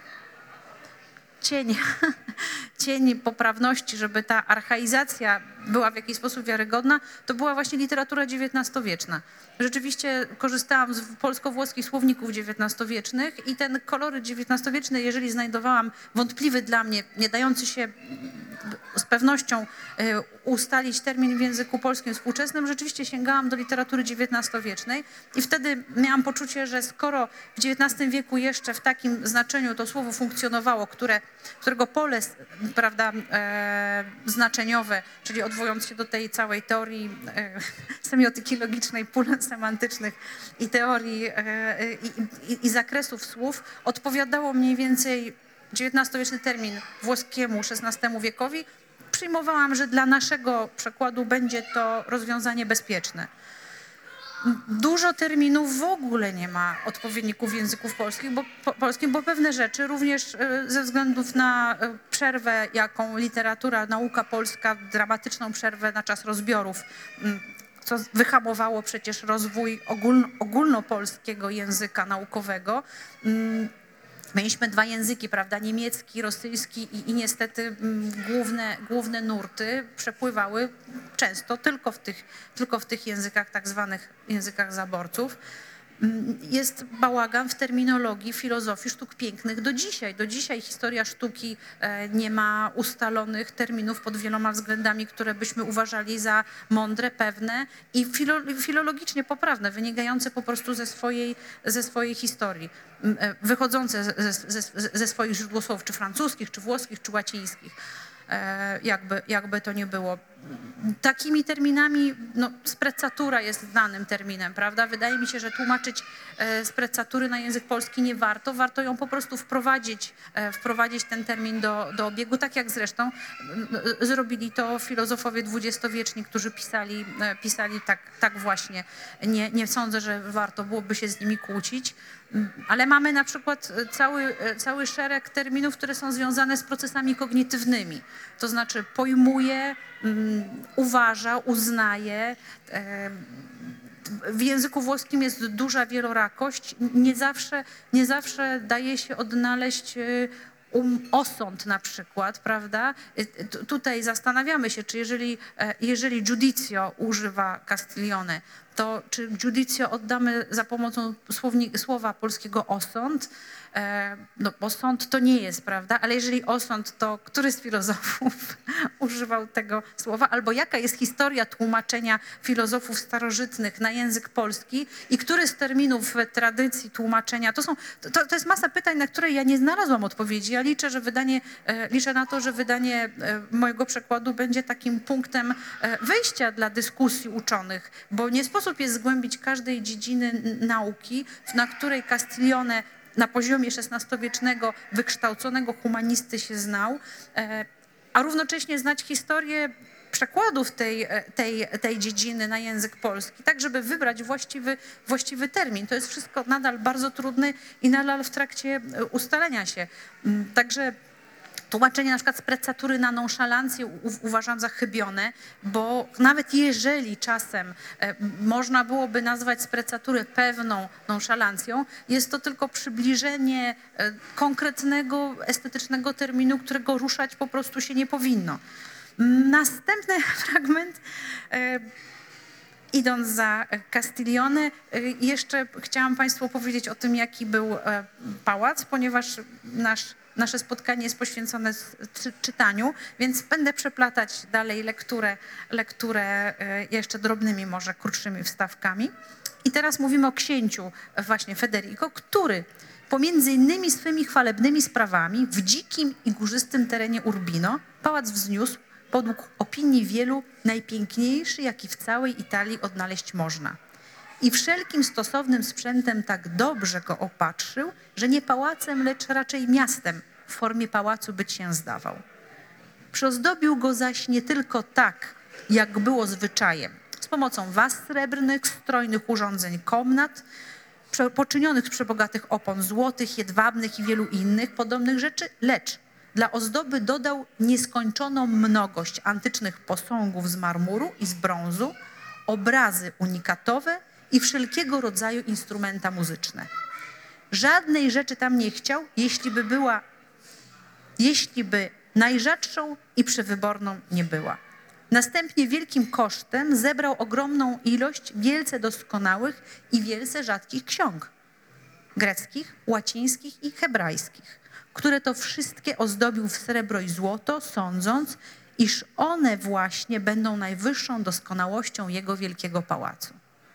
cień, cień poprawności, żeby ta archaizacja była w jakiś sposób wiarygodna, to była właśnie literatura dziewiętnastowieczna. Rzeczywiście korzystałam z polsko-włoskich słowników dziewiętnastowiecznych i ten koloryt dziewiętnastowieczny, jeżeli znajdowałam wątpliwy dla mnie, nie dający się z pewnością ustalić termin w języku polskim współczesnym, rzeczywiście sięgałam do literatury dziewiętnastowiecznej i wtedy miałam poczucie, że skoro w dziewiętnastym wieku jeszcze w takim znaczeniu to słowo funkcjonowało, które, którego pole, prawda, e, znaczeniowe, czyli odwołując się do tej całej teorii e, semiotyki logicznej, pól semantycznych i teorii e, i, i, i zakresów słów, odpowiadało mniej więcej dziewiętnastowieczny termin włoskiemu szesnastemu wiekowi, przyjmowałam, że dla naszego przekładu będzie to rozwiązanie bezpieczne. Dużo terminów w ogóle nie ma odpowiedników w języku polskim, bo, po, polskim, bo pewne rzeczy również ze względów na przerwę, jaką literatura, nauka polska, dramatyczną przerwę na czas rozbiorów, co wyhamowało przecież rozwój ogólno, ogólnopolskiego języka naukowego. Mieliśmy dwa języki, prawda, niemiecki, rosyjski i, i niestety m, główne, główne nurty przepływały często tylko w tych, tylko w tych językach, tak zwanych językach zaborców. Jest bałagan w terminologii filozofii sztuk pięknych do dzisiaj. Do dzisiaj historia sztuki nie ma ustalonych terminów pod wieloma względami, które byśmy uważali za mądre, pewne i filo, filologicznie poprawne, wynikające po prostu ze swojej, ze swojej historii, wychodzące ze, ze, ze swoich źródłosłowów, czy francuskich, czy włoskich, czy łacińskich. Jakby, jakby to nie było. Takimi terminami, no, sprezzatura jest znanym terminem, prawda? Wydaje mi się, że tłumaczyć e, sprezzatury na język polski nie warto. Warto ją po prostu wprowadzić, e, wprowadzić ten termin do, do obiegu, tak jak zresztą e, zrobili to filozofowie dwudziestowieczni, którzy pisali, e, pisali tak, tak właśnie. Nie, nie sądzę, że warto byłoby się z nimi kłócić. Ale mamy na przykład cały, cały szereg terminów, które są związane z procesami kognitywnymi. To znaczy pojmuję, uważa, uznaje. W języku włoskim jest duża wielorakość. Nie zawsze, nie zawsze daje się odnaleźć um, osąd na przykład, prawda? T- tutaj zastanawiamy się, czy jeżeli, jeżeli judicio używa Castiglione, to czy judicio oddamy za pomocą słowni- słowa polskiego osąd? E, no, osąd to nie jest, prawda? Ale jeżeli osąd, to który z filozofów używał tego słowa? Albo jaka jest historia tłumaczenia filozofów starożytnych na język polski i który z terminów w tradycji tłumaczenia? To, są, to, to jest masa pytań, na które ja nie znalazłam odpowiedzi. Ja liczę, że wydanie, e, liczę na to, że wydanie e, mojego przekładu będzie takim punktem e, wyjścia dla dyskusji uczonych, bo nie sposób jest zgłębić każdej dziedziny n- nauki, na której Castiglione na poziomie szesnastowiecznego wykształconego humanisty się znał, e, a równocześnie znać historię przekładów tej, tej, tej dziedziny na język polski, tak żeby wybrać właściwy, właściwy termin. To jest wszystko nadal bardzo trudne i nadal w trakcie ustalenia się. Także tłumaczenie na przykład z precatury na nonszalancję u- uważam za chybione, bo nawet jeżeli czasem e, można byłoby nazwać z precatury pewną nonszalancją, jest to tylko przybliżenie e, konkretnego, estetycznego terminu, którego ruszać po prostu się nie powinno. Następny fragment, e, idąc za Castiglione, e, jeszcze chciałam Państwu opowiedzieć o tym, jaki był e, pałac, ponieważ nasz Nasze spotkanie jest poświęcone s- czy- czytaniu, więc będę przeplatać dalej lekturę, lekturę e, jeszcze drobnymi, może krótszymi wstawkami. I teraz mówimy o księciu właśnie Federico, który pomiędzy innymi swymi chwalebnymi sprawami w dzikim i górzystym terenie Urbino pałac wzniósł, podług opinii wielu, najpiękniejszy, jaki w całej Italii odnaleźć można. I wszelkim stosownym sprzętem tak dobrze go opatrzył, że nie pałacem, lecz raczej miastem w formie pałacu być się zdawał. Przyozdobił go zaś nie tylko tak, jak było zwyczajem, z pomocą was srebrnych, strojnych urządzeń komnat, prze- poczynionych z przebogatych opon złotych, jedwabnych i wielu innych podobnych rzeczy, lecz dla ozdoby dodał nieskończoną mnogość antycznych posągów z marmuru i z brązu, obrazy unikatowe i wszelkiego rodzaju instrumenta muzyczne. Żadnej rzeczy tam nie chciał, jeśli by była, jeśli by najrzadszą i przewyborną nie była. Następnie wielkim kosztem zebrał ogromną ilość wielce doskonałych i wielce rzadkich ksiąg greckich, łacińskich i hebrajskich, które to wszystkie ozdobił w srebro i złoto, sądząc, iż one właśnie będą najwyższą doskonałością jego wielkiego pałacu.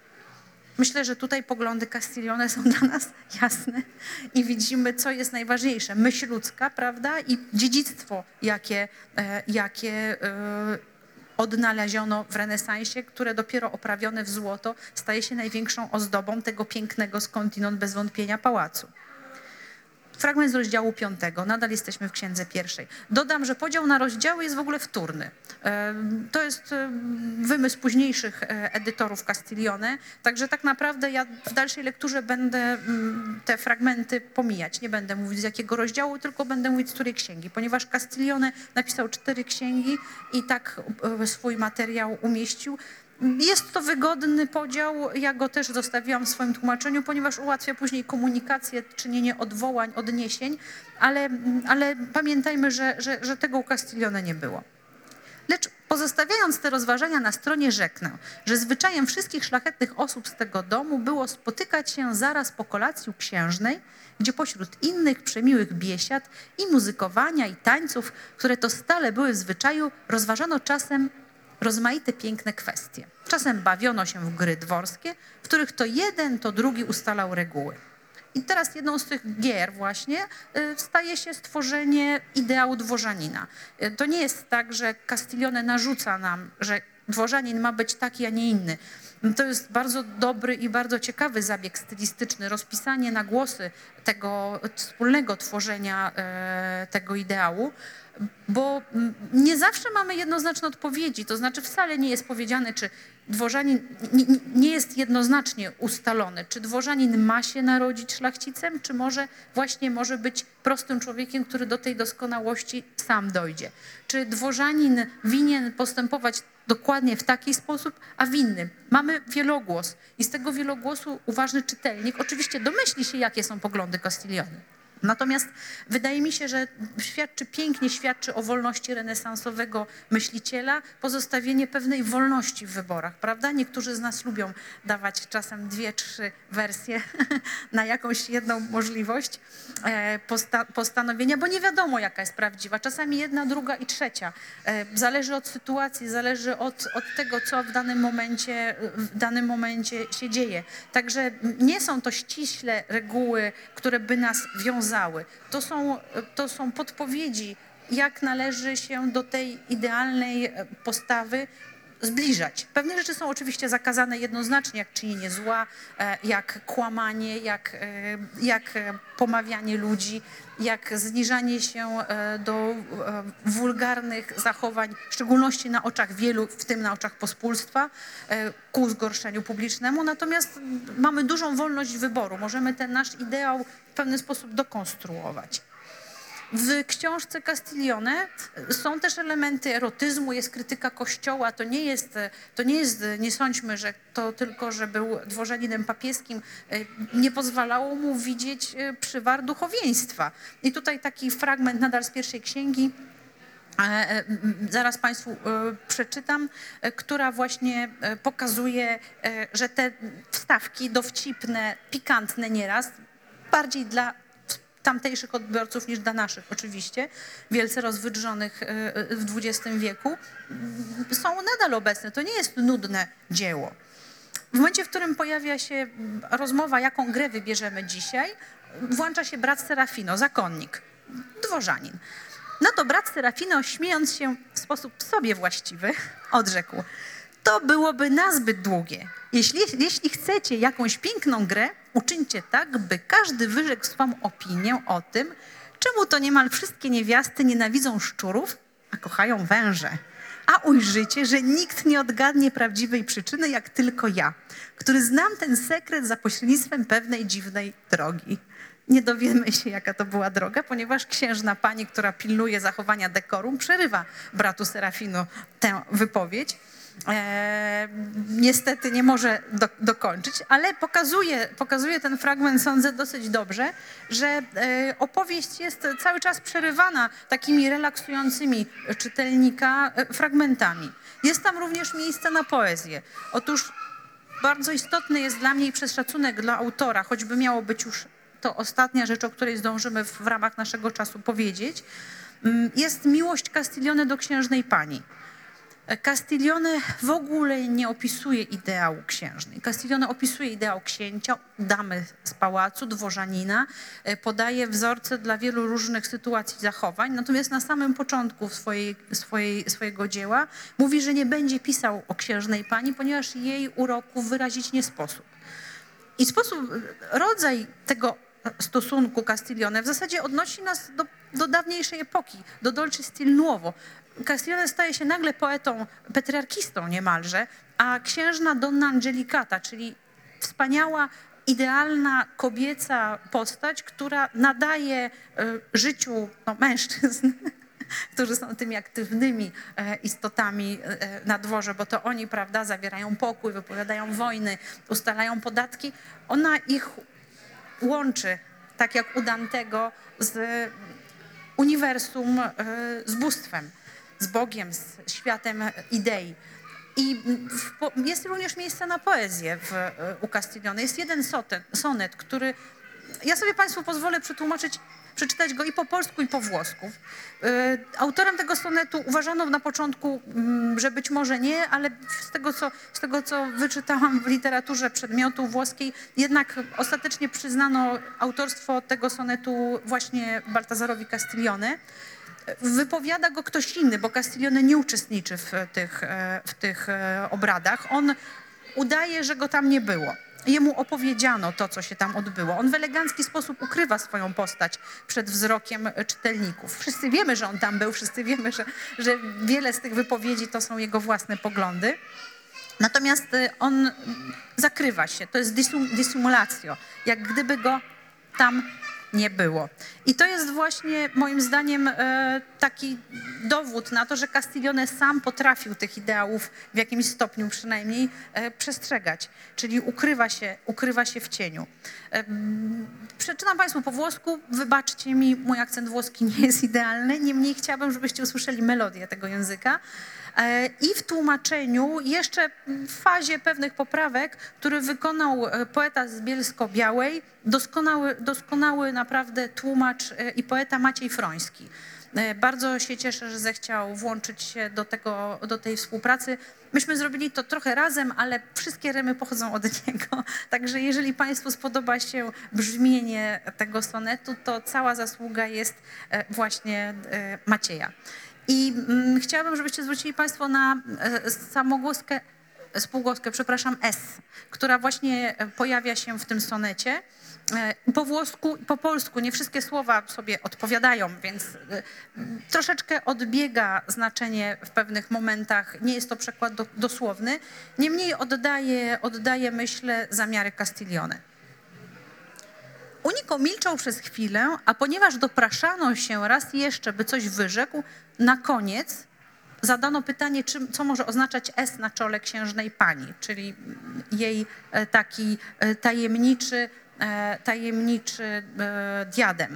Myślę, że tutaj poglądy Castiglione są dla nas jasne i widzimy, co jest najważniejsze. Myśl ludzka, prawda, i dziedzictwo, jakie, e, jakie e, odnaleziono w renesansie, które dopiero oprawione w złoto staje się największą ozdobą tego pięknego skądinąd bez wątpienia pałacu. Fragment z rozdziału piątego. Nadal jesteśmy w księdze pierwszej. Dodam, że podział na rozdziały jest w ogóle wtórny. E, To jest e, wymysł późniejszych e, edytorów Castiglione, także tak naprawdę ja w dalszej lekturze będę mm, te fragmenty pomijać. Nie będę mówić z jakiego rozdziału, tylko będę mówić z której księgi, ponieważ Castiglione napisał cztery księgi i tak e, swój materiał umieścił. Jest to wygodny podział, ja go też zostawiłam w swoim tłumaczeniu, ponieważ ułatwia później komunikację, czynienie odwołań, odniesień, ale, ale pamiętajmy, że, że, że tego u Castiglione nie było. Lecz pozostawiając te rozważania na stronie, rzeknę, że zwyczajem wszystkich szlachetnych osób z tego domu było spotykać się zaraz po kolacji u księżnej, gdzie pośród innych przemiłych biesiad i muzykowania i tańców, które to stale były w zwyczaju, rozważano czasem rozmaite piękne kwestie. Czasem bawiono się w gry dworskie, w których to jeden, to drugi ustalał reguły. I teraz jedną z tych gier właśnie y, staje się stworzenie ideału dworzanina. Y, To nie jest tak, że Castiglione narzuca nam, że dworzanin ma być taki, a nie inny. To jest bardzo dobry i bardzo ciekawy zabieg stylistyczny, rozpisanie na głosy tego wspólnego tworzenia e, tego ideału. bo mm, nie zawsze mamy jednoznaczne odpowiedzi, to znaczy wcale nie jest powiedziane, czy dworzanin, nie, nie- nie jest jednoznacznie ustalone, czy dworzanin ma się narodzić szlachcicem, czy może właśnie może być prostym człowiekiem, który do tej doskonałości sam dojdzie. Czy dworzanin winien postępować dokładnie w taki sposób, a w innym. Mamy wielogłos i z tego wielogłosu uważny czytelnik oczywiście domyśli się, jakie są poglądy Castiglione. Natomiast wydaje mi się, że świadczy pięknie świadczy o wolności renesansowego myśliciela pozostawienie pewnej wolności w wyborach, prawda? Niektórzy z nas lubią dawać czasem dwie, trzy wersje na jakąś jedną możliwość e, posta postanowienia, bo nie wiadomo, jaka jest prawdziwa. Czasami jedna, druga i trzecia. E, zależy od sytuacji, zależy od, od tego, co w danym momencie, w danym momencie się dzieje. Także nie są to ściśle reguły, które by nas wiązały. To są, to są podpowiedzi, jak należy się do tej idealnej postawy zbliżać. Pewne rzeczy są oczywiście zakazane jednoznacznie, jak czynienie zła, e, jak kłamanie, jak, e, jak e, pomawianie ludzi, jak zniżanie się e, do e, wulgarnych zachowań, w szczególności na oczach wielu, w tym na oczach pospólstwa, e, ku zgorszeniu publicznemu. Natomiast mamy dużą wolność wyboru. Możemy ten nasz ideał w pewien sposób dokonstruować. W książce Castiglione są też elementy erotyzmu, jest krytyka kościoła. To nie jest, to nie jest, nie sądźmy, że to tylko, że był dworzaninem papieskim, nie pozwalało mu widzieć przywar duchowieństwa. I tutaj taki fragment nadal z pierwszej księgi, zaraz Państwu przeczytam, która właśnie pokazuje, że te wstawki dowcipne, pikantne nieraz, bardziej dla tamtejszych odbiorców niż dla naszych oczywiście, wielce rozwydrzonych w dwudziestym wieku, są nadal obecne. To nie jest nudne dzieło. W momencie, w którym pojawia się rozmowa, jaką grę wybierzemy dzisiaj, włącza się brat Serafino, zakonnik, dworzanin. No to brat Serafino, śmiejąc się w sposób sobie właściwy, odrzekł: to byłoby nazbyt długie. Jeśli, jeśli chcecie jakąś piękną grę, uczyńcie tak, by każdy wyrzekł swą opinię o tym, czemu to niemal wszystkie niewiasty nienawidzą szczurów, a kochają węże. A ujrzycie, że nikt nie odgadnie prawdziwej przyczyny, jak tylko ja, który znam ten sekret za pośrednictwem pewnej dziwnej drogi. Nie dowiemy się, jaka to była droga, ponieważ księżna pani, która pilnuje zachowania dekorum, przerywa bratu Serafino tę wypowiedź. E, niestety nie może do, dokończyć, ale pokazuje, pokazuje ten fragment, sądzę, dosyć dobrze, że e, opowieść jest cały czas przerywana takimi relaksującymi czytelnika e, fragmentami. Jest tam również miejsce na poezję. Otóż bardzo istotny jest dla mnie i przez szacunek dla autora, choćby miało być już to ostatnia rzecz, o której zdążymy w, w ramach naszego czasu powiedzieć, jest miłość Castiglione do księżnej pani. Castiglione w ogóle nie opisuje ideału księżnej. Castiglione opisuje ideał księcia, damy z pałacu, dworzanina, podaje wzorce dla wielu różnych sytuacji zachowań, natomiast na samym początku swojej, swojej, swojego dzieła mówi, że nie będzie pisał o księżnej pani, ponieważ jej uroku wyrazić nie sposób. I sposób, rodzaj tego stosunku Castiglione w zasadzie odnosi nas do, do dawniejszej epoki, do Dolce Stil Nuovo. Castiglione staje się nagle poetą, petrarkistą niemalże, a księżna Donna Angelicata, czyli wspaniała, idealna, kobieca postać, która nadaje y, życiu no, mężczyzn, którzy są tymi aktywnymi e, istotami e, na dworze, bo to oni, prawda, zawierają pokój, wypowiadają wojny, ustalają podatki. Ona ich łączy, tak jak u Dantego, z uniwersum, e, z bóstwem, z Bogiem, z światem idei. I w, jest również miejsce na poezję w, u Castiglione. Jest jeden sotet, sonet, który ja sobie Państwu pozwolę przetłumaczyć, przeczytać go i po polsku, i po włosku. Autorem tego sonetu uważano na początku, że być może nie, ale z tego, co, z tego, co wyczytałam w literaturze przedmiotu włoskiej, jednak ostatecznie przyznano autorstwo tego sonetu właśnie Baltasarowi Castiglione. Wypowiada go ktoś inny, bo Castiglione nie uczestniczy w tych, w tych obradach. On udaje, że go tam nie było. jemu opowiedziano to, co się tam odbyło. On w elegancki sposób ukrywa swoją postać przed wzrokiem czytelników. Wszyscy wiemy, że on tam był, wszyscy wiemy, że, że wiele z tych wypowiedzi to są jego własne poglądy. Natomiast on zakrywa się, to jest dissumulatio, jak gdyby go tam nie było. I to jest właśnie moim zdaniem taki dowód na to, że Castiglione sam potrafił tych ideałów w jakimś stopniu przynajmniej przestrzegać, czyli ukrywa się, ukrywa się w cieniu. Przeczytam Państwu po włosku, wybaczcie mi, mój akcent włoski nie jest idealny, niemniej chciałabym, żebyście usłyszeli melodię tego języka. I w tłumaczeniu, jeszcze w fazie pewnych poprawek, który wykonał poeta z Bielsko-Białej, doskonały, doskonały naprawdę tłumacz i poeta Maciej Froński. Bardzo się cieszę, że zechciał włączyć się do, tego, do tej współpracy. Myśmy zrobili to trochę razem, ale wszystkie rymy pochodzą od niego. Także jeżeli Państwu spodoba się brzmienie tego sonetu, to cała zasługa jest właśnie Macieja. I mm, chciałabym, żebyście zwrócili Państwo na e, samogłoskę, spółgłoskę, przepraszam, S, która właśnie pojawia się w tym sonecie. E, po włosku i po polsku nie wszystkie słowa sobie odpowiadają, więc e, troszeczkę odbiega znaczenie w pewnych momentach. Nie jest to przekład do, dosłowny. Niemniej oddaje, oddaje, myślę, zamiary Castiglione. Uniko milczał przez chwilę, a ponieważ dopraszano się raz jeszcze, by coś wyrzekł, na koniec zadano pytanie, czy, co może oznaczać S na czole księżnej pani, czyli jej taki tajemniczy, tajemniczy diadem.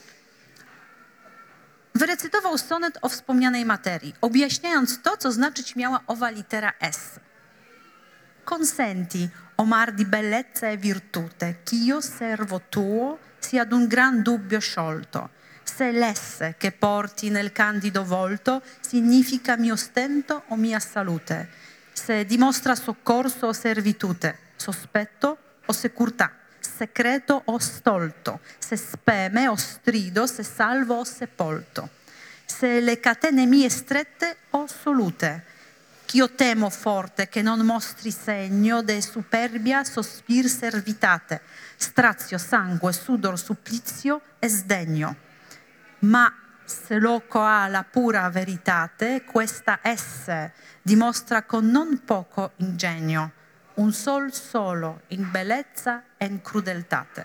Wyrecytował sonet o wspomnianej materii, objaśniając to, co znaczyć miała owa litera S. Consenti, o mar di bellezza e virtute, ch'io servo tuo sia d'un gran dubbio sciolto. Se l'esse che porti nel candido volto significa mio stento o mia salute. Se dimostra soccorso o servitute, sospetto o securtà, secreto o stolto, se speme o strido, se salvo o sepolto. Se le catene mie strette o solute, ch'io temo forte che non mostri segno de superbia sospir servitate, strazio, sangue, sudor, supplizio e sdegno. Ma se loco ha la pura veritate, questa esse dimostra con non poco ingegno, un sol solo in bellezza e in crudeltate.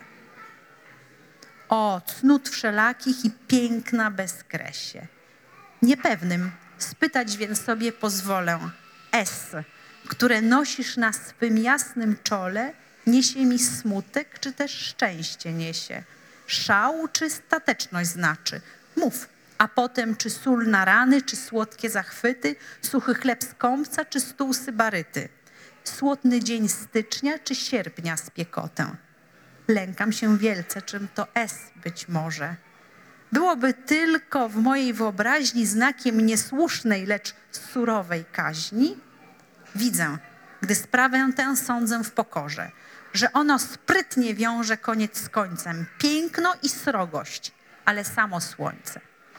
O, cnót wszelakich i piękna bezkresie. Niepewnym spytać więc sobie pozwolę. S, które nosisz na swym jasnym czole, niesie mi smutek, czy też szczęście niesie? Szał, czy stateczność znaczy? Mów, a potem czy sól na rany, czy słodkie zachwyty, suchy chleb z kąpca, czy stół sybaryty? Słodny dzień stycznia, czy sierpnia z piekotę? Lękam się wielce, czym to S być może. Byłoby tylko w mojej wyobraźni znakiem niesłusznej, lecz surowej kaźni. Widzę, gdy sprawę tę sądzę w pokorze, że ono sprytnie wiąże koniec z końcem, piękno i srogość, ale samo słońce.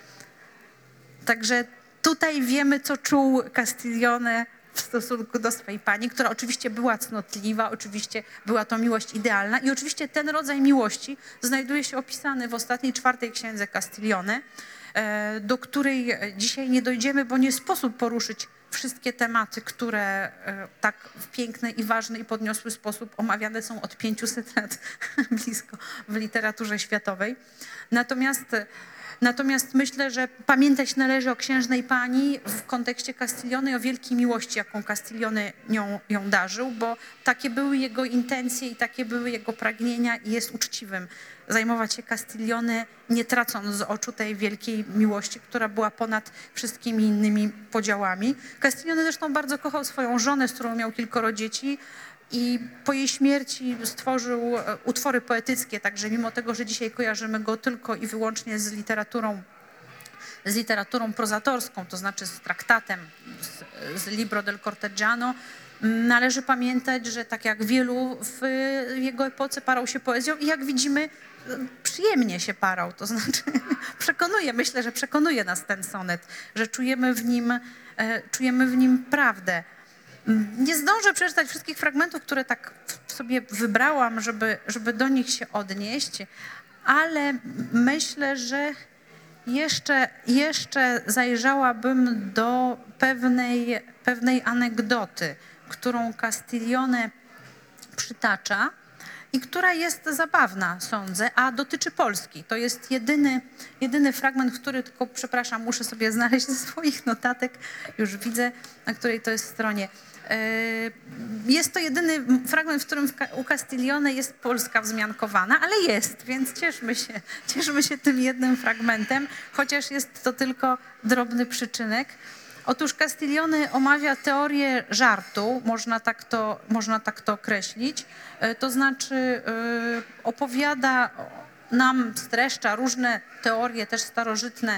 Także tutaj wiemy, co czuł Castiglione w stosunku do swej pani, która oczywiście była cnotliwa, oczywiście była to miłość idealna i oczywiście ten rodzaj miłości znajduje się opisany w ostatniej, czwartej księdze Castiglione, do której dzisiaj nie dojdziemy, bo nie sposób poruszyć wszystkie tematy, które tak w piękny i ważny i podniosły sposób omawiane są od pięciuset lat blisko w literaturze światowej. Natomiast Natomiast myślę, że pamiętać należy o księżnej pani w kontekście Castiglione i o wielkiej miłości, jaką Castiglione ją, ją darzył, bo takie były jego intencje i takie były jego pragnienia i jest uczciwym zajmować się Castiglione, nie tracąc z oczu tej wielkiej miłości, która była ponad wszystkimi innymi podziałami. Castiglione zresztą bardzo kochał swoją żonę, z którą miał kilkoro dzieci, i po jej śmierci stworzył utwory poetyckie, także mimo tego, że dzisiaj kojarzymy go tylko i wyłącznie z literaturą, z literaturą prozatorską, to znaczy z traktatem, z, z Libro del Corteggiano, należy pamiętać, że tak jak wielu w jego epoce parał się poezją i jak widzimy, przyjemnie się parał, to znaczy przekonuje, myślę, że przekonuje nas ten sonet, że czujemy w nim, czujemy w nim prawdę. Nie zdążę przeczytać wszystkich fragmentów, które tak w sobie wybrałam, żeby, żeby do nich się odnieść, ale myślę, że jeszcze, jeszcze zajrzałabym do pewnej, pewnej anegdoty, którą Castiglione przytacza i która jest zabawna, sądzę, a dotyczy Polski. To jest jedyny, jedyny fragment, który tylko, przepraszam, muszę sobie znaleźć ze swoich notatek, już widzę, na której to jest stronie. Jest to jedyny fragment, w którym u Castiglione jest Polska wzmiankowana, ale jest, więc cieszmy się, cieszmy się tym jednym fragmentem, chociaż jest to tylko drobny przyczynek. Otóż Castiglione omawia teorię żartu, można tak to, można tak to określić, to znaczy opowiada nam, streszcza różne teorie też starożytne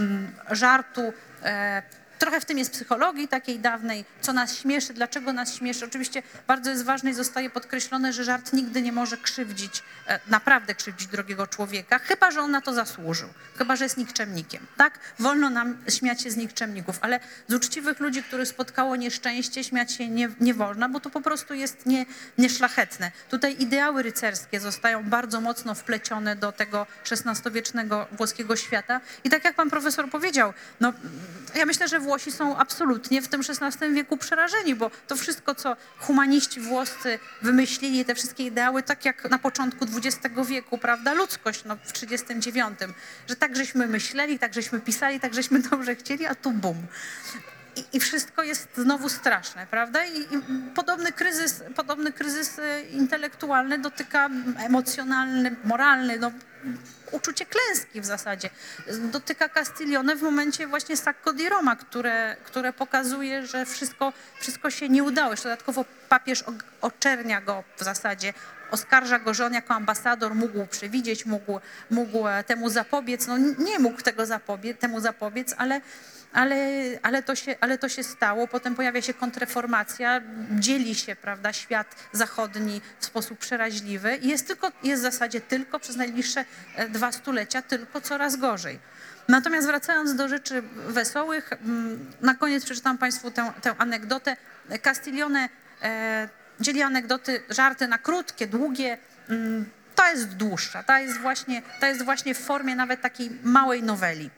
żartu. Trochę w tym jest psychologii takiej dawnej, co nas śmieszy, dlaczego nas śmieszy. Oczywiście bardzo jest ważne i zostaje podkreślone, że żart nigdy nie może krzywdzić, naprawdę krzywdzić drugiego człowieka, chyba że on na to zasłużył, chyba że jest nikczemnikiem. Tak? Wolno nam śmiać się z nikczemników, ale z uczciwych ludzi, których spotkało nieszczęście, śmiać się nie, nie wolno, bo to po prostu jest nie, nieszlachetne. Tutaj ideały rycerskie zostają bardzo mocno wplecione do tego szesnastowiecznego włoskiego świata i tak jak pan profesor powiedział, no ja myślę, że Włosi są absolutnie w tym szesnastym wieku przerażeni, bo to wszystko, co humaniści włoscy wymyślili, te wszystkie ideały, tak jak na początku dwudziestego wieku, prawda, ludzkość no, w trzydziestym dziewiątym, że tak żeśmy myśleli, tak żeśmy pisali, tak żeśmy dobrze chcieli, a tu bum. I, i wszystko jest znowu straszne, prawda? I, i podobny kryzys, podobny kryzys intelektualny dotyka emocjonalny, moralny, no, uczucie klęski w zasadzie. Dotyka Castiglione w momencie właśnie Sacco di Roma, które, które pokazuje, że wszystko, wszystko się nie udało. Jeszcze dodatkowo papież oczernia go w zasadzie, oskarża go, że on jako ambasador mógł przewidzieć, mógł, mógł temu zapobiec. No nie mógł tego zapobiec, temu zapobiec, ale Ale, ale, to się, ale to się stało. Potem pojawia się kontrreformacja, dzieli się, prawda, świat zachodni w sposób przeraźliwy i jest, tylko, jest w zasadzie tylko przez najbliższe dwa stulecia tylko coraz gorzej. Natomiast wracając do rzeczy wesołych, na koniec przeczytam państwu tę, tę anegdotę. Castiglione e, dzieli anegdoty, żarty na krótkie, długie. Ta jest dłuższa, ta jest właśnie, ta jest właśnie w formie nawet takiej małej noweli.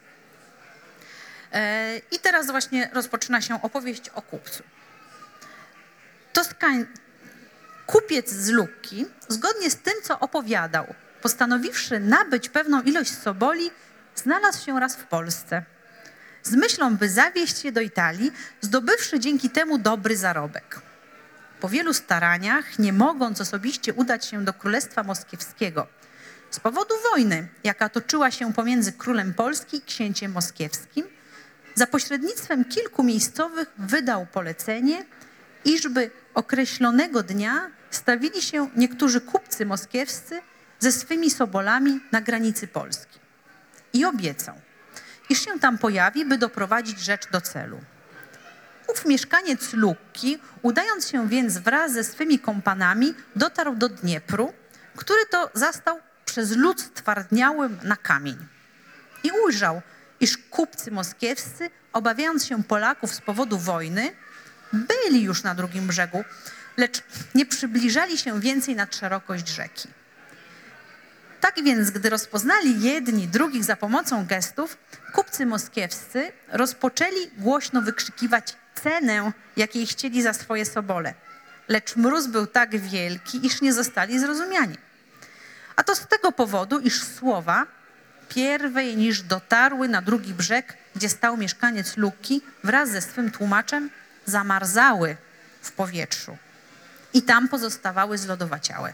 I teraz właśnie rozpoczyna się opowieść o kupcu. Toskań... Kupiec z Lucki, zgodnie z tym, co opowiadał, postanowiwszy nabyć pewną ilość soboli, znalazł się raz w Polsce. Z myślą, by zawieźć je do Italii, zdobywszy dzięki temu dobry zarobek. Po wielu staraniach, nie mogąc osobiście udać się do Królestwa Moskiewskiego, z powodu wojny, jaka toczyła się pomiędzy królem Polski i księciem moskiewskim, za pośrednictwem kilku miejscowych wydał polecenie, iżby określonego dnia stawili się niektórzy kupcy moskiewscy ze swymi sobolami na granicy Polski. I obiecał, iż się tam pojawi, by doprowadzić rzecz do celu. Ów mieszkaniec Lucki, udając się więc wraz ze swymi kompanami, dotarł do Dniepru, który to zastał przez lud stwardniałym na kamień. I ujrzał, iż kupcy moskiewscy, obawiając się Polaków z powodu wojny, byli już na drugim brzegu, lecz nie przybliżali się więcej nad szerokość rzeki. Tak więc, gdy rozpoznali jedni drugich za pomocą gestów, kupcy moskiewscy rozpoczęli głośno wykrzykiwać cenę, jakiej chcieli za swoje sobole. Lecz mróz był tak wielki, iż nie zostali zrozumiani. A to z tego powodu, iż słowa, pierwej niż dotarły na drugi brzeg, gdzie stał mieszkaniec Lucki, wraz ze swym tłumaczem, zamarzały w powietrzu i tam pozostawały zlodowaciałe.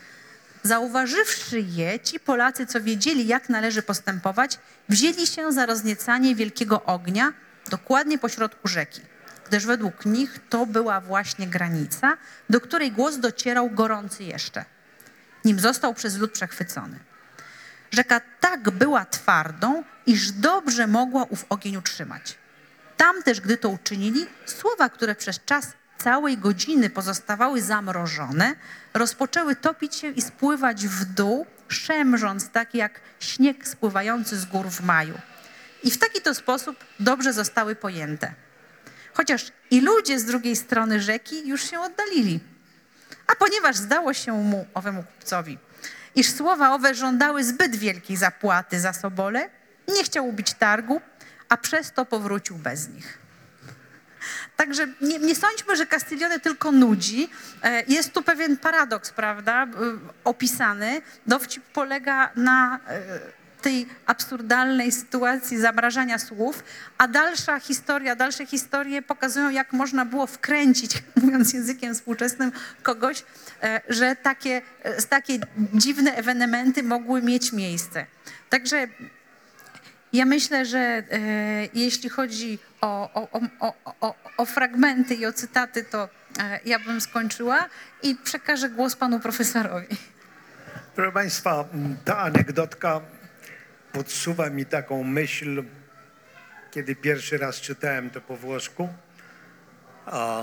Zauważywszy je, ci Polacy, co wiedzieli, jak należy postępować, wzięli się za rozniecanie wielkiego ognia dokładnie pośrodku rzeki, gdyż według nich to była właśnie granica, do której głos docierał gorący jeszcze, nim został przez lud przechwycony. Rzeka tak była twardą, iż dobrze mogła ów ogień utrzymać. Tam też, gdy to uczynili, słowa, które przez czas całej godziny pozostawały zamrożone, rozpoczęły topić się i spływać w dół, szemrząc tak jak śnieg spływający z gór w maju. I w taki to sposób dobrze zostały pojęte. Chociaż i ludzie z drugiej strony rzeki już się oddalili. A ponieważ zdało się mu, owemu kupcowi, iż słowa owe żądały zbyt wielkiej zapłaty za sobole, nie chciał ubić targu, a przez to powrócił bez nich. Także nie, nie sądźmy, że Castiglione tylko nudzi. E, Jest tu pewien paradoks, prawda, e, opisany. Dowcip polega na e, tej absurdalnej sytuacji zamrażania słów, a dalsza historia, dalsze historie pokazują, jak można było wkręcić, mówiąc językiem współczesnym, kogoś, e, że takie, e, takie dziwne ewenementy mogły mieć miejsce. Także ja myślę, że e, jeśli chodzi o, o, o, o, o fragmenty i o cytaty, to e, ja bym skończyła i przekażę głos panu profesorowi. Proszę Państwa, ta anegdotka podsuwa mi taką myśl, kiedy pierwszy raz czytałem to po włosku, a,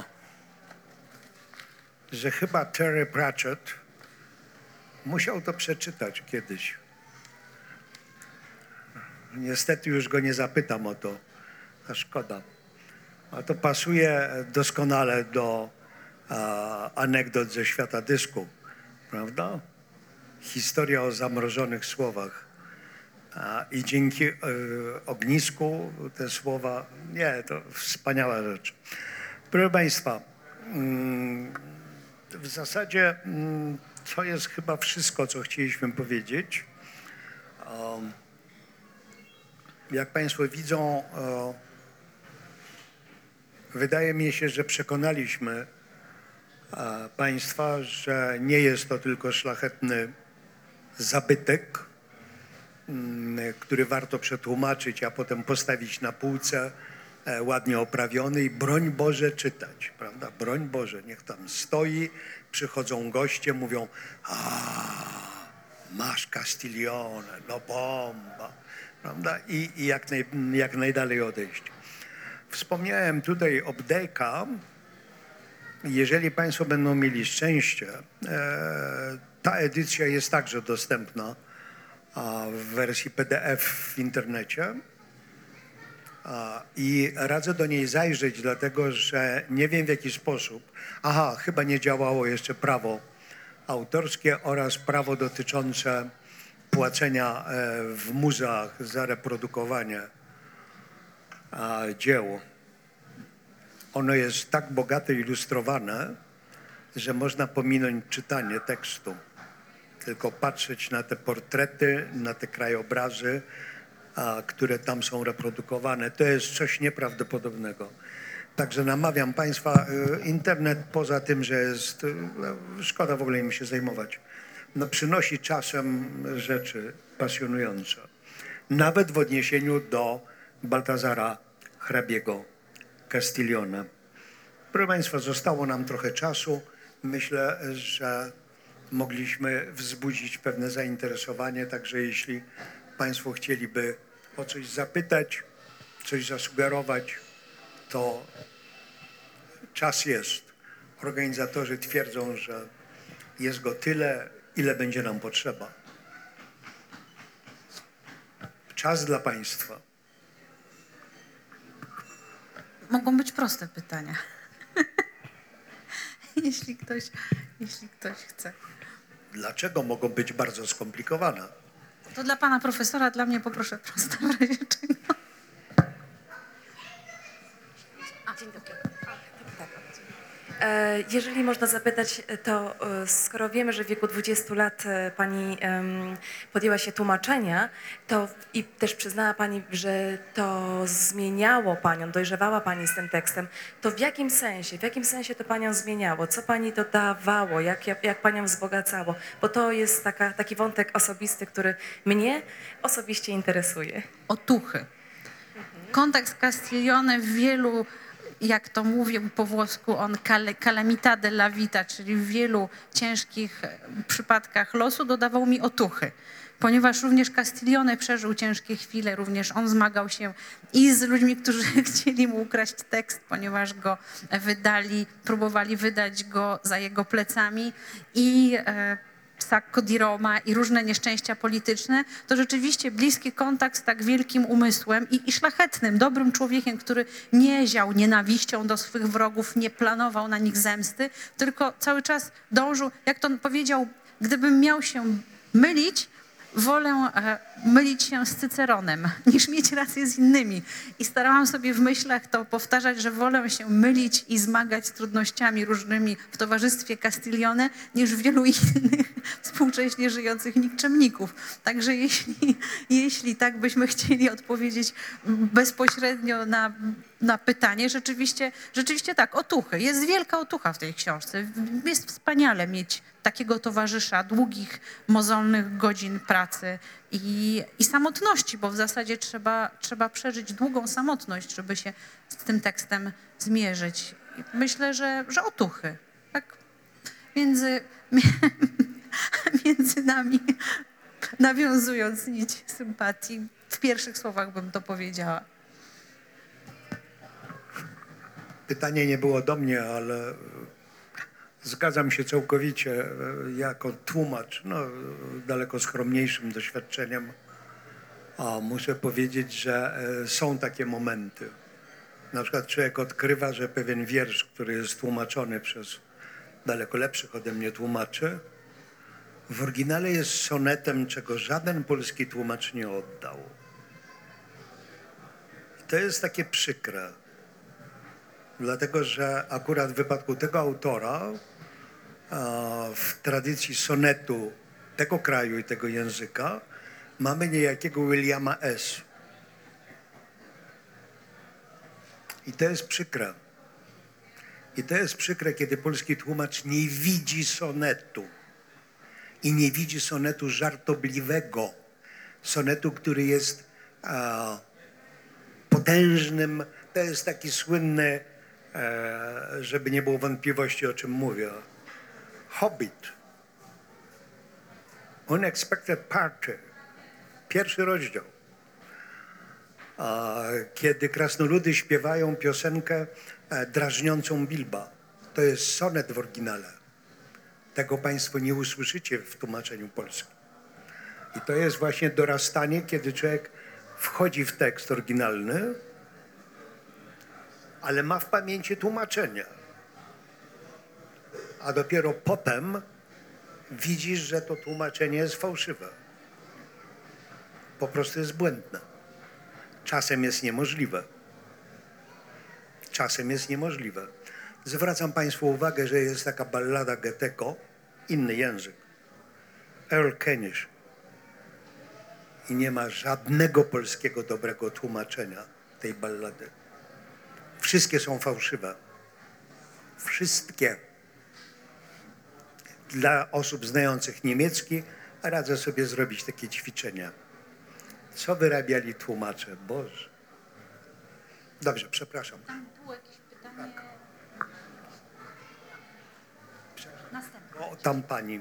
że chyba Terry Pratchett musiał to przeczytać kiedyś. Niestety już go nie zapytam o to, a szkoda. A to pasuje doskonale do a, anegdot ze świata dysku, prawda? Historia o zamrożonych słowach. A, I dzięki y, ognisku te słowa, nie, to wspaniała rzecz. Proszę Państwa, mm, w zasadzie mm, to jest chyba wszystko, co chcieliśmy powiedzieć. Um, Jak Państwo widzą, e, wydaje mi się, że przekonaliśmy e, Państwa, że nie jest to tylko szlachetny zabytek, m, który warto przetłumaczyć, a potem postawić na półce, e, ładnie oprawiony i broń Boże czytać, prawda? Broń Boże, niech tam stoi, przychodzą goście, mówią: a, masz Castiglione, no bomba. Prawda? I, i jak, naj, jak najdalej odejść. Wspomniałem tutaj o Bdejka. Jeżeli Państwo będą mieli szczęście, e, ta edycja jest także dostępna a, w wersji P D F w internecie. A, I radzę do niej zajrzeć, dlatego że nie wiem w jaki sposób. Aha, chyba nie działało jeszcze prawo autorskie oraz prawo dotyczące płacenia w muzeach za reprodukowanie dzieł. Ono jest tak bogato ilustrowane, że można pominąć czytanie tekstu. Tylko patrzeć na te portrety, na te krajobrazy, które tam są reprodukowane. To jest coś nieprawdopodobnego. Także namawiam Państwa, internet poza tym, że jest, szkoda w ogóle im się zajmować, no przynosi czasem rzeczy pasjonujące. Nawet w odniesieniu do Baltazara hrabiego Castiglione. Proszę Państwa, zostało nam trochę czasu. Myślę, że mogliśmy wzbudzić pewne zainteresowanie, także jeśli Państwo chcieliby o coś zapytać, coś zasugerować, to czas jest. Organizatorzy twierdzą, że jest go tyle, ile będzie nam potrzeba. Czas dla Państwa. Mogą być proste pytania. jeśli ktoś, jeśli ktoś chce. Dlaczego mogą być bardzo skomplikowane? To dla pana profesora, dla mnie poproszę proste w razie czego. Dzień dobry. Jeżeli można zapytać, to skoro wiemy, że w wieku dwudziestu lat pani podjęła się tłumaczenia, to i też przyznała pani, że to zmieniało panią, dojrzewała pani z tym tekstem, to w jakim sensie, w jakim sensie to panią zmieniało? Co pani dodawało? Jak, jak, jak panią wzbogacało? Bo to jest taka, taki wątek osobisty, który mnie osobiście interesuje. Otuchy. Kontekst Castiglione w wielu, jak to mówił po włosku on, calamita della vita, czyli w wielu ciężkich przypadkach losu dodawał mi otuchy. Ponieważ również Castiglione przeżył ciężkie chwile, również on zmagał się i z ludźmi, którzy chcieli mu ukraść tekst, ponieważ go wydali, próbowali wydać go za jego plecami i e, Sacco di Roma i różne nieszczęścia polityczne, to rzeczywiście bliski kontakt z tak wielkim umysłem i, i szlachetnym, dobrym człowiekiem, który nie ział nienawiścią do swych wrogów, nie planował na nich zemsty, tylko cały czas dążył, jak to powiedział, gdybym miał się mylić, wolę e, mylić się z Cyceronem, niż mieć rację z innymi. I starałam sobie w myślach to powtarzać, że wolę się mylić i zmagać z trudnościami różnymi w towarzystwie Castiglione, niż wielu innych współcześnie żyjących nikczemników. Także jeśli, jeśli tak byśmy chcieli odpowiedzieć bezpośrednio na, na pytanie, rzeczywiście, rzeczywiście tak, otuchy. Jest wielka otucha w tej książce. Jest wspaniale mieć takiego towarzysza, długich, mozolnych godzin pracy i, i samotności, bo w zasadzie trzeba, trzeba przeżyć długą samotność, żeby się z tym tekstem zmierzyć. I myślę, że, że otuchy. Tak między, między nami, nawiązując nić sympatii, w pierwszych słowach bym to powiedziała. Pytanie nie było do mnie, ale zgadzam się całkowicie. Jako tłumacz, no, daleko skromniejszym doświadczeniem, a muszę powiedzieć, że są takie momenty. Na przykład człowiek odkrywa, że pewien wiersz, który jest tłumaczony przez daleko lepszych ode mnie tłumaczy, w oryginale jest sonetem, czego żaden polski tłumacz nie oddał. I to jest takie przykre. Dlatego, że akurat w wypadku tego autora w tradycji sonetu tego kraju i tego języka mamy niejakiego Williama S. I to jest przykre. I to jest przykre, kiedy polski tłumacz nie widzi sonetu. I nie widzi sonetu żartobliwego. Sonetu, który jest a, potężnym. To jest taki słynny, e, żeby nie było wątpliwości, o czym mówię. Hobbit. Unexpected Party. Pierwszy rozdział. A, kiedy krasnoludy śpiewają piosenkę e, drażniącą Bilba. To jest sonet w oryginale. Tego państwo nie usłyszycie w tłumaczeniu polskim. I to jest właśnie dorastanie, kiedy człowiek wchodzi w tekst oryginalny, ale ma w pamięci tłumaczenie. A dopiero potem widzisz, że to tłumaczenie jest fałszywe. Po prostu jest błędne. Czasem jest niemożliwe. Czasem jest niemożliwe. Zwracam Państwu uwagę, że jest taka ballada Goethego, inny język, Earl Kenish. I nie ma żadnego polskiego dobrego tłumaczenia tej ballady. Wszystkie są fałszywe. Wszystkie. Dla osób znających niemiecki radzę sobie zrobić takie ćwiczenia. Co wyrabiali tłumacze? Boże. Dobrze, przepraszam. Tam było jakieś pytanie. Tak. Następne. O, tam pani.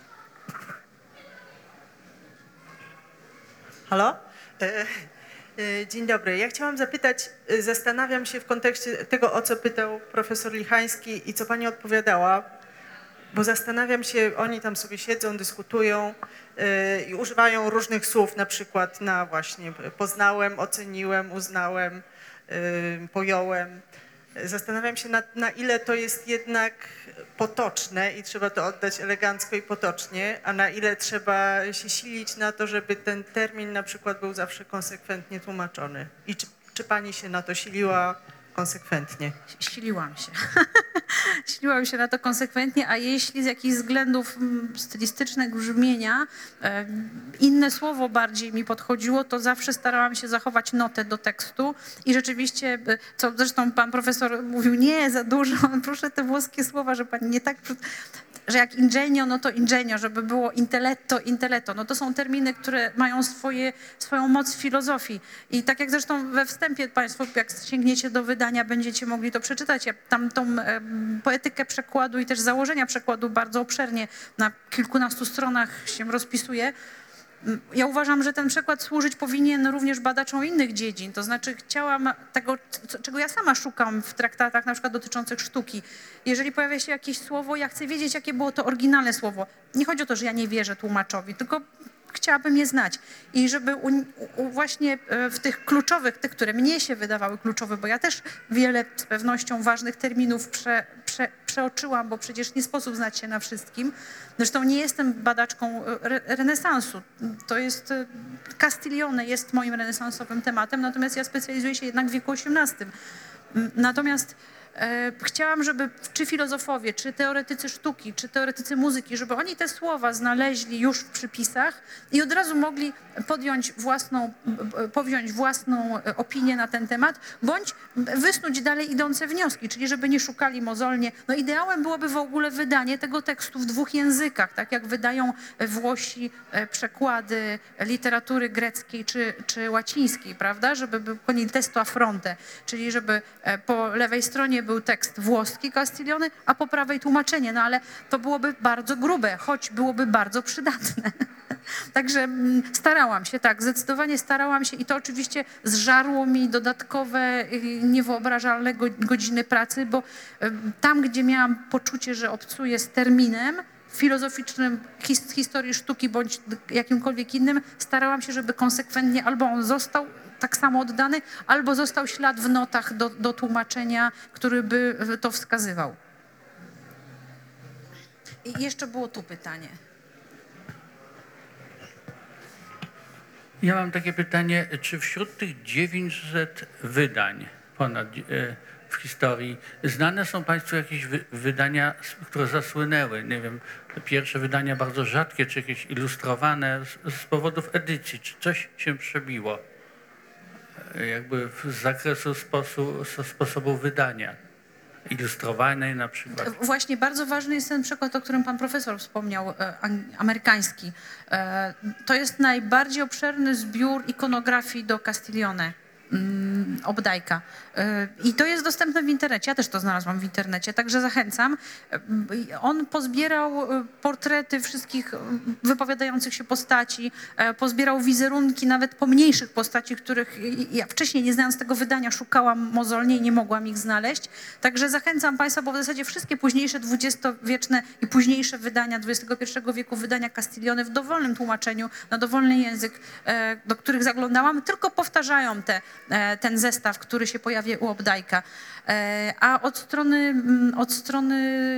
Halo? E, e, Dzień dobry. Ja chciałam zapytać, e, zastanawiam się w kontekście tego, o co pytał profesor Lichański i co pani odpowiadała, bo zastanawiam się, oni tam sobie siedzą, dyskutują e, i używają różnych słów, na przykład na właśnie poznałem, oceniłem, uznałem, e, pojąłem. Zastanawiam się, na, na ile to jest jednak potoczne i trzeba to oddać elegancko i potocznie, a na ile trzeba się silić na to, żeby ten termin na przykład był zawsze konsekwentnie tłumaczony. I czy, czy pani się na to siliła konsekwentnie? Siliłam się. Siliłam się na to konsekwentnie, a jeśli z jakichś względów mm, stylistycznego brzmienia e, inne słowo bardziej mi podchodziło, to zawsze starałam się zachować notę do tekstu i rzeczywiście, e, co zresztą pan profesor mówił, nie, za dużo, proszę te włoskie słowa, że pani nie tak... że jak ingenio, no to ingenio, żeby było intelletto, intelletto. No to są terminy, które mają swoje, swoją moc w filozofii. I tak jak zresztą we wstępie państwo, jak sięgniecie do wydania, będziecie mogli to przeczytać. Ja tam tą e, poetykę przekładu i też założenia przekładu bardzo obszernie na kilkunastu stronach się rozpisuję. Ja uważam, że ten przykład służyć powinien również badaczom innych dziedzin. To znaczy chciałam tego, co- czego ja sama szukam w traktatach na przykład dotyczących sztuki. Jeżeli pojawia się jakieś słowo, ja chcę wiedzieć, jakie było to oryginalne słowo. Nie chodzi o to, że ja nie wierzę tłumaczowi, tylko chciałabym je znać. I żeby u, u, właśnie e, w tych kluczowych, tych, które mnie się wydawały kluczowe, bo ja też wiele z pewnością ważnych terminów prze, prze, przeoczyłam, bo przecież nie sposób znać się na wszystkim. Zresztą nie jestem badaczką e, re, renesansu. To jest, e, Castiglione jest moim renesansowym tematem, natomiast ja specjalizuję się jednak w wieku osiemnastym. M, Natomiast E, chciałam, żeby czy filozofowie, czy teoretycy sztuki, czy teoretycy muzyki, żeby oni te słowa znaleźli już w przypisach i od razu mogli podjąć własną, b- powziąć własną e, opinię na ten temat, bądź wysnuć dalej idące wnioski, czyli żeby nie szukali mozolnie. No ideałem byłoby w ogóle wydanie tego tekstu w dwóch językach, tak jak wydają Włosi e, przekłady literatury greckiej czy, czy łacińskiej, prawda, żeby był il testo a fronte, czyli żeby e, po lewej stronie był tekst włoski Castiglione, a po prawej tłumaczenie. No ale to byłoby bardzo grube, choć byłoby bardzo przydatne. Także mm, starałam się, tak, zdecydowanie starałam się i to oczywiście zżarło mi dodatkowe, y, niewyobrażalne go- godziny pracy, bo y, tam, gdzie miałam poczucie, że obcuję z terminem filozoficznym his, historii sztuki bądź d- jakimkolwiek innym, starałam się, żeby konsekwentnie albo on został tak samo oddany, albo został ślad w notach do, do tłumaczenia, który by to wskazywał. I jeszcze było tu pytanie. Ja mam takie pytanie, czy wśród tych dziewięciuset wydań ponad e, w historii znane są Państwu jakieś wy, wydania, s- które zasłynęły? Nie wiem, pierwsze wydania bardzo rzadkie, czy jakieś ilustrowane z, z powodów edycji, czy coś się przebiło? E, Jakby w- z zakresu sposu, s- sposobu wydania, ilustrowanej na przykład. Właśnie bardzo ważny jest ten przykład, o którym pan profesor wspomniał, e, ang- amerykański. E, To jest najbardziej obszerny zbiór ikonografii do Castiglione. mm, Obdajka. E, I to jest dostępne w internecie. Ja też to znalazłam w internecie, także zachęcam. E, i On pozbierał e, portrety wszystkich e, wypowiadających się postaci, e, pozbierał wizerunki nawet pomniejszych postaci, których i- ja wcześniej, nie znając tego wydania, szukałam mozolnie i nie mogłam ich znaleźć. Także zachęcam Państwa, bo w zasadzie wszystkie późniejsze dwudziestowieczne i późniejsze wydania dwudziestego pierwszego wieku, wydania Castiglione w dowolnym tłumaczeniu, na dowolny język, e, do których zaglądałam, tylko powtarzają te, e, ten zestaw, który się pojawia u Obdajka. E, A od strony, mm, od strony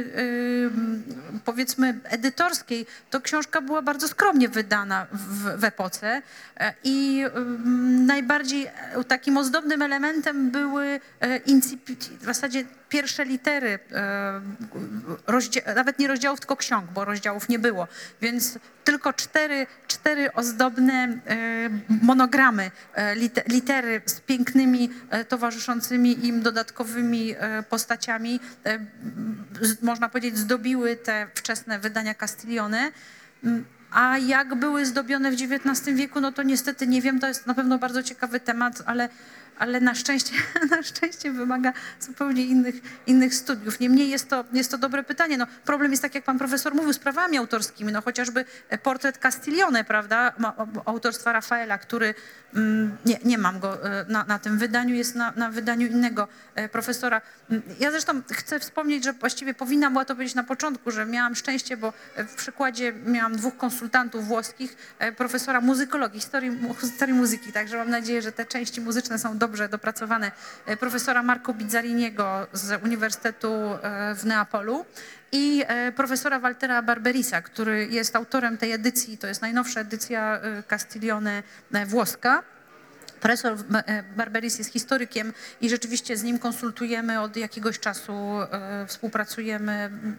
y, mm, powiedzmy edytorskiej, to książka była bardzo skromnie wydana w, w epoce e, i ym, najbardziej e, takim ozdobnym elementem były e, incipit, w zasadzie pierwsze litery, e, rozdzia- nawet nie rozdziałów, tylko ksiąg, bo rozdziałów nie było, więc tylko cztery, cztery ozdobne e, monogramy, e, lite- litery z pięknymi e, towarzyszącymi im dodatkowymi e, postaciami, e, z, można powiedzieć, zdobiły te wczesne wydania Castiglione. Mm, A jak były zdobione w dziewiętnastym wieku, no to niestety nie wiem, to jest na pewno bardzo ciekawy temat, ale, ale na szczęście, na szczęście wymaga zupełnie innych, innych studiów. Niemniej jest to, jest to dobre pytanie. No, problem jest tak, jak pan profesor mówił, z prawami autorskimi, no chociażby portret Castiglione, prawda, ma- autorstwa Rafaela, który, mm, nie, nie mam go e, na, na tym wydaniu, jest na, na wydaniu innego e, profesora. Mm, Ja zresztą chcę wspomnieć, że właściwie powinnam była to powiedzieć na początku, że miałam szczęście, bo w przykładzie miałam dwóch konsultantów włoskich, e, profesora muzykologii, historii, mu- historii muzyki, także mam nadzieję, że te części muzyczne są dobrze dopracowane, e, profesora Marco Bizzariniego z Uniwersytetu e, w Neapolu i e, profesora Waltera Barberisa, który jest autorem tej edycji, to jest najnowsza edycja e, Castiglione e, włoska. Profesor e, Barberis jest historykiem i rzeczywiście z nim konsultujemy od jakiegoś czasu, e, współpracujemy, m,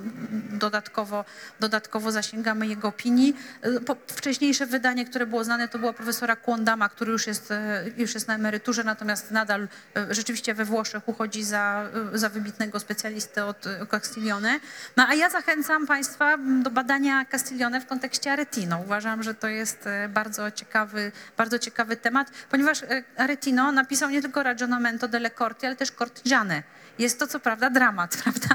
dodatkowo, dodatkowo zasięgamy jego opinii. E, po, wcześniejsze wydanie, które było znane, to było profesora Kłondama, który już jest, e, już jest na emeryturze, natomiast nadal e, rzeczywiście we Włoszech uchodzi za, e, za wybitnego specjalistę od e, Castiglione. No a ja zachęcam Państwa do badania Castiglione w kontekście Aretino. Uważam, że to jest e, bardzo ciekawy, bardzo ciekawy temat, ponieważ e, Aretino napisał nie tylko Ragionamento delle Corti, ale też Cortigiane. Jest to co prawda dramat, prawda?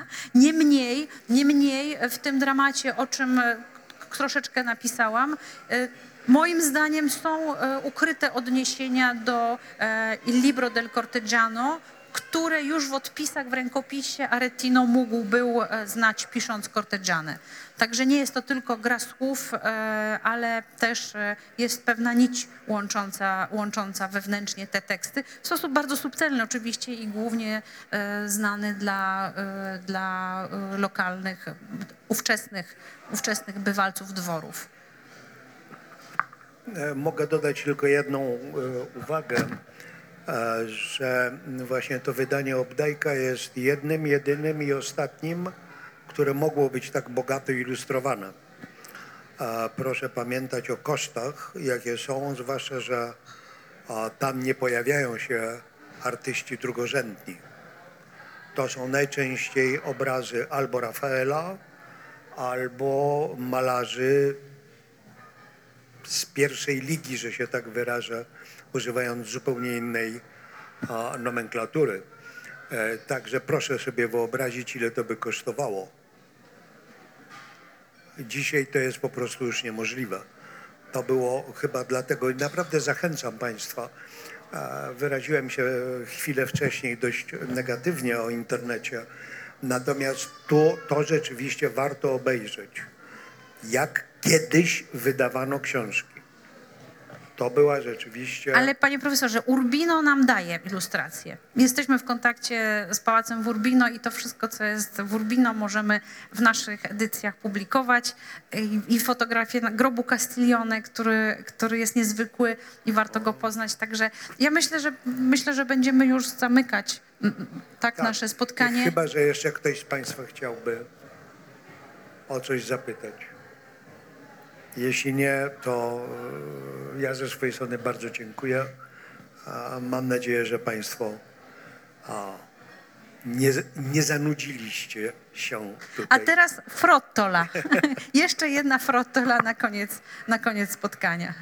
Niemniej, niemniej w tym dramacie, o czym e, troszeczkę napisałam, e, Moim zdaniem są e, ukryte odniesienia do e, Il Libro del Corteggiano, które już w odpisach w rękopisie Aretino mógł był e, znać, pisząc Corteggianę. Także nie jest to tylko gra słów, e, ale też e, jest pewna nić łącząca, łącząca wewnętrznie te teksty. W sposób bardzo subtelny oczywiście i głównie e, znany dla, e, dla e, lokalnych, ówczesnych, ówczesnych bywalców dworów. E, Mogę dodać tylko jedną e, uwagę, e, że właśnie to wydanie Obdajka jest jednym, jedynym i ostatnim, które mogło być tak bogato ilustrowane. A proszę pamiętać o kosztach, jakie są, zwłaszcza, że a, tam nie pojawiają się artyści drugorzędni. To są najczęściej obrazy albo Rafaela, albo malarzy z pierwszej ligi, że się tak wyrażę, używając zupełnie innej a, nomenklatury. E, także proszę sobie wyobrazić, ile to by kosztowało. Dzisiaj to jest po prostu już niemożliwe. To było chyba dlatego i naprawdę zachęcam Państwa. E, wyraziłem się chwilę wcześniej dość negatywnie o internecie, natomiast to, to rzeczywiście warto obejrzeć. Jak kiedyś wydawano książki. To była rzeczywiście... Ale panie profesorze, Urbino nam daje ilustracje. Jesteśmy w kontakcie z Pałacem w Urbino i to wszystko, co jest w Urbino, możemy w naszych edycjach publikować. I, i fotografię grobu Castiglione, który, który jest niezwykły i warto go poznać. Także ja myślę, że myślę, że będziemy już zamykać mm, tak, Tak. nasze spotkanie. Chyba że jeszcze ktoś z Państwa chciałby o coś zapytać. Jeśli nie, to e, ja ze swojej strony bardzo dziękuję. A mam nadzieję, że Państwo a, nie, nie zanudziliście się A tutaj. teraz frottola. Jeszcze jedna frottola na koniec, na koniec spotkania.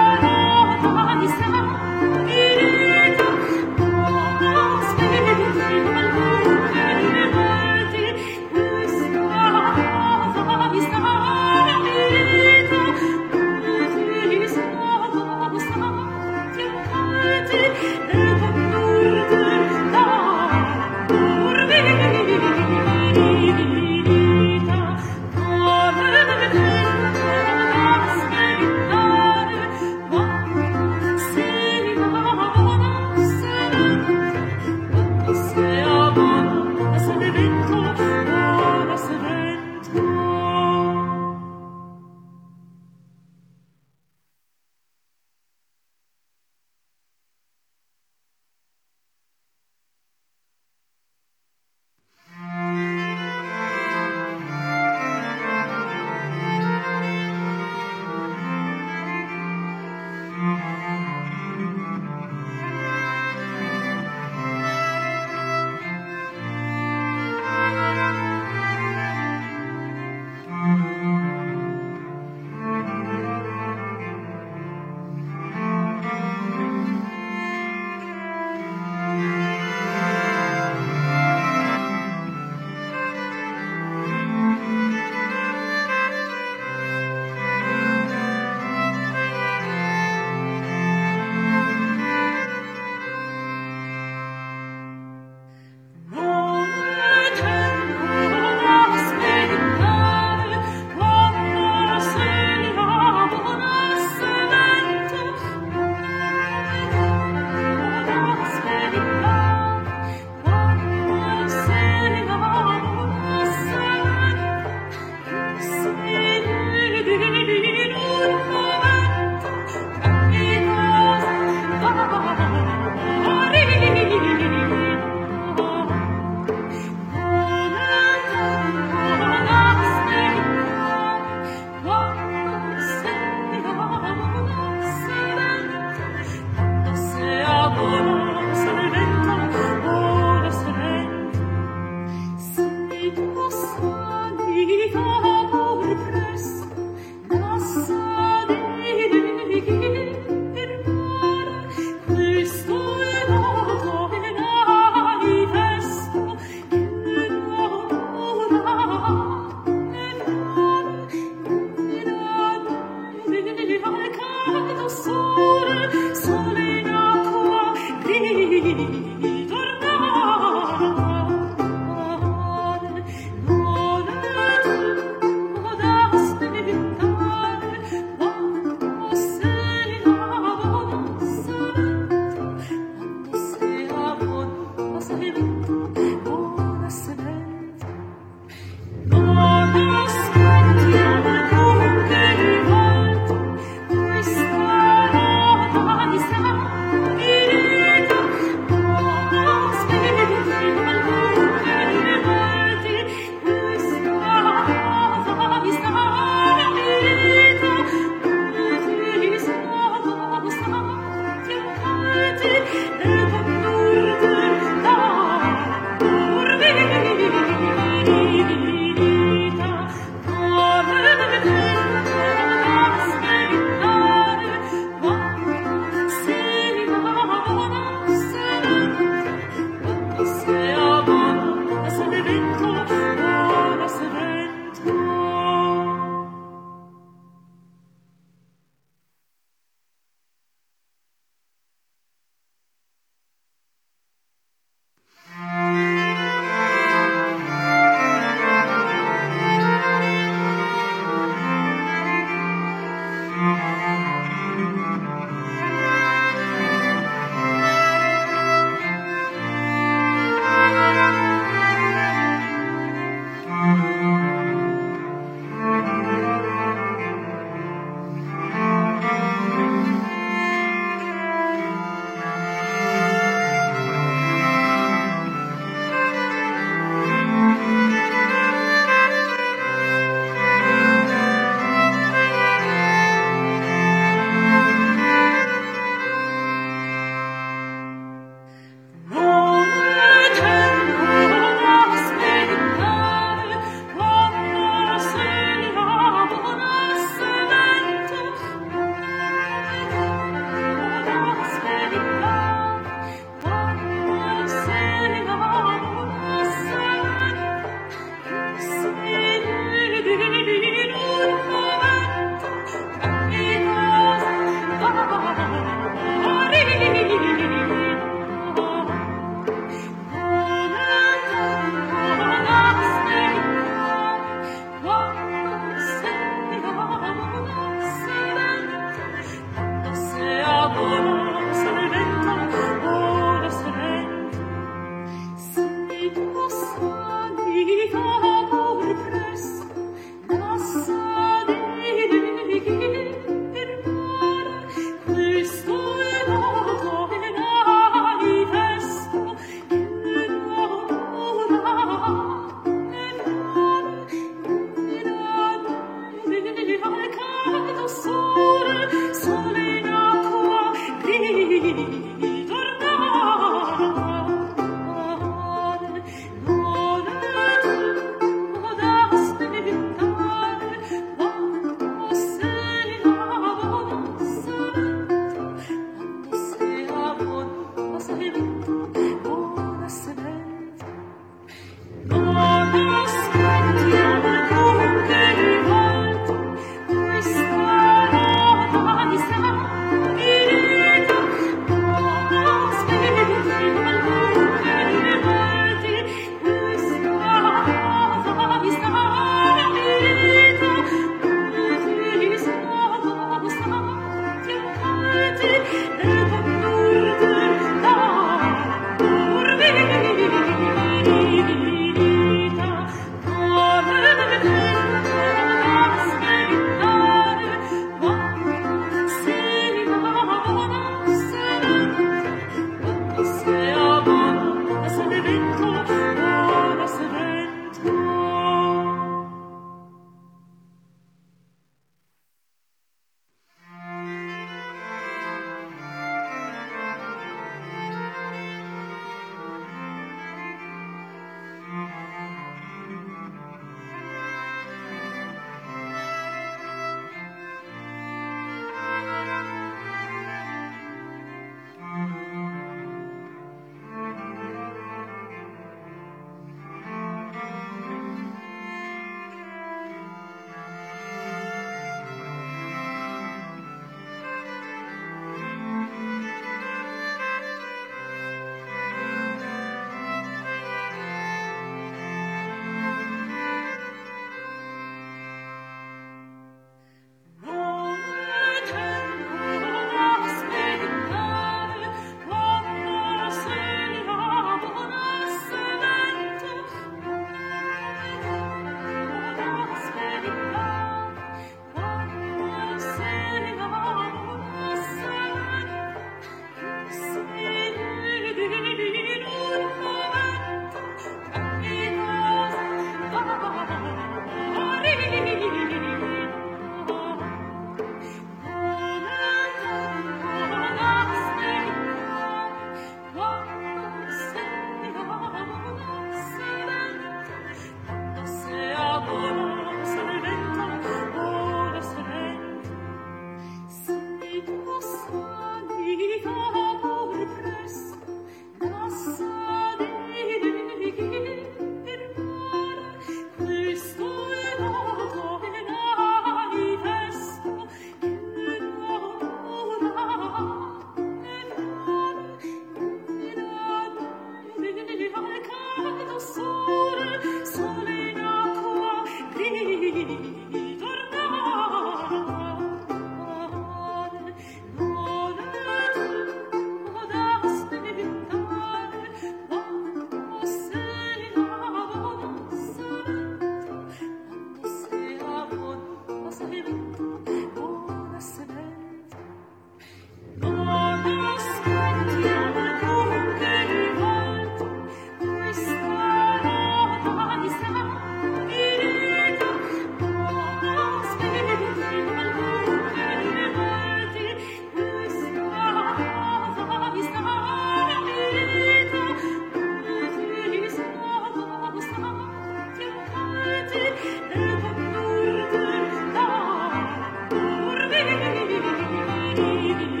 di di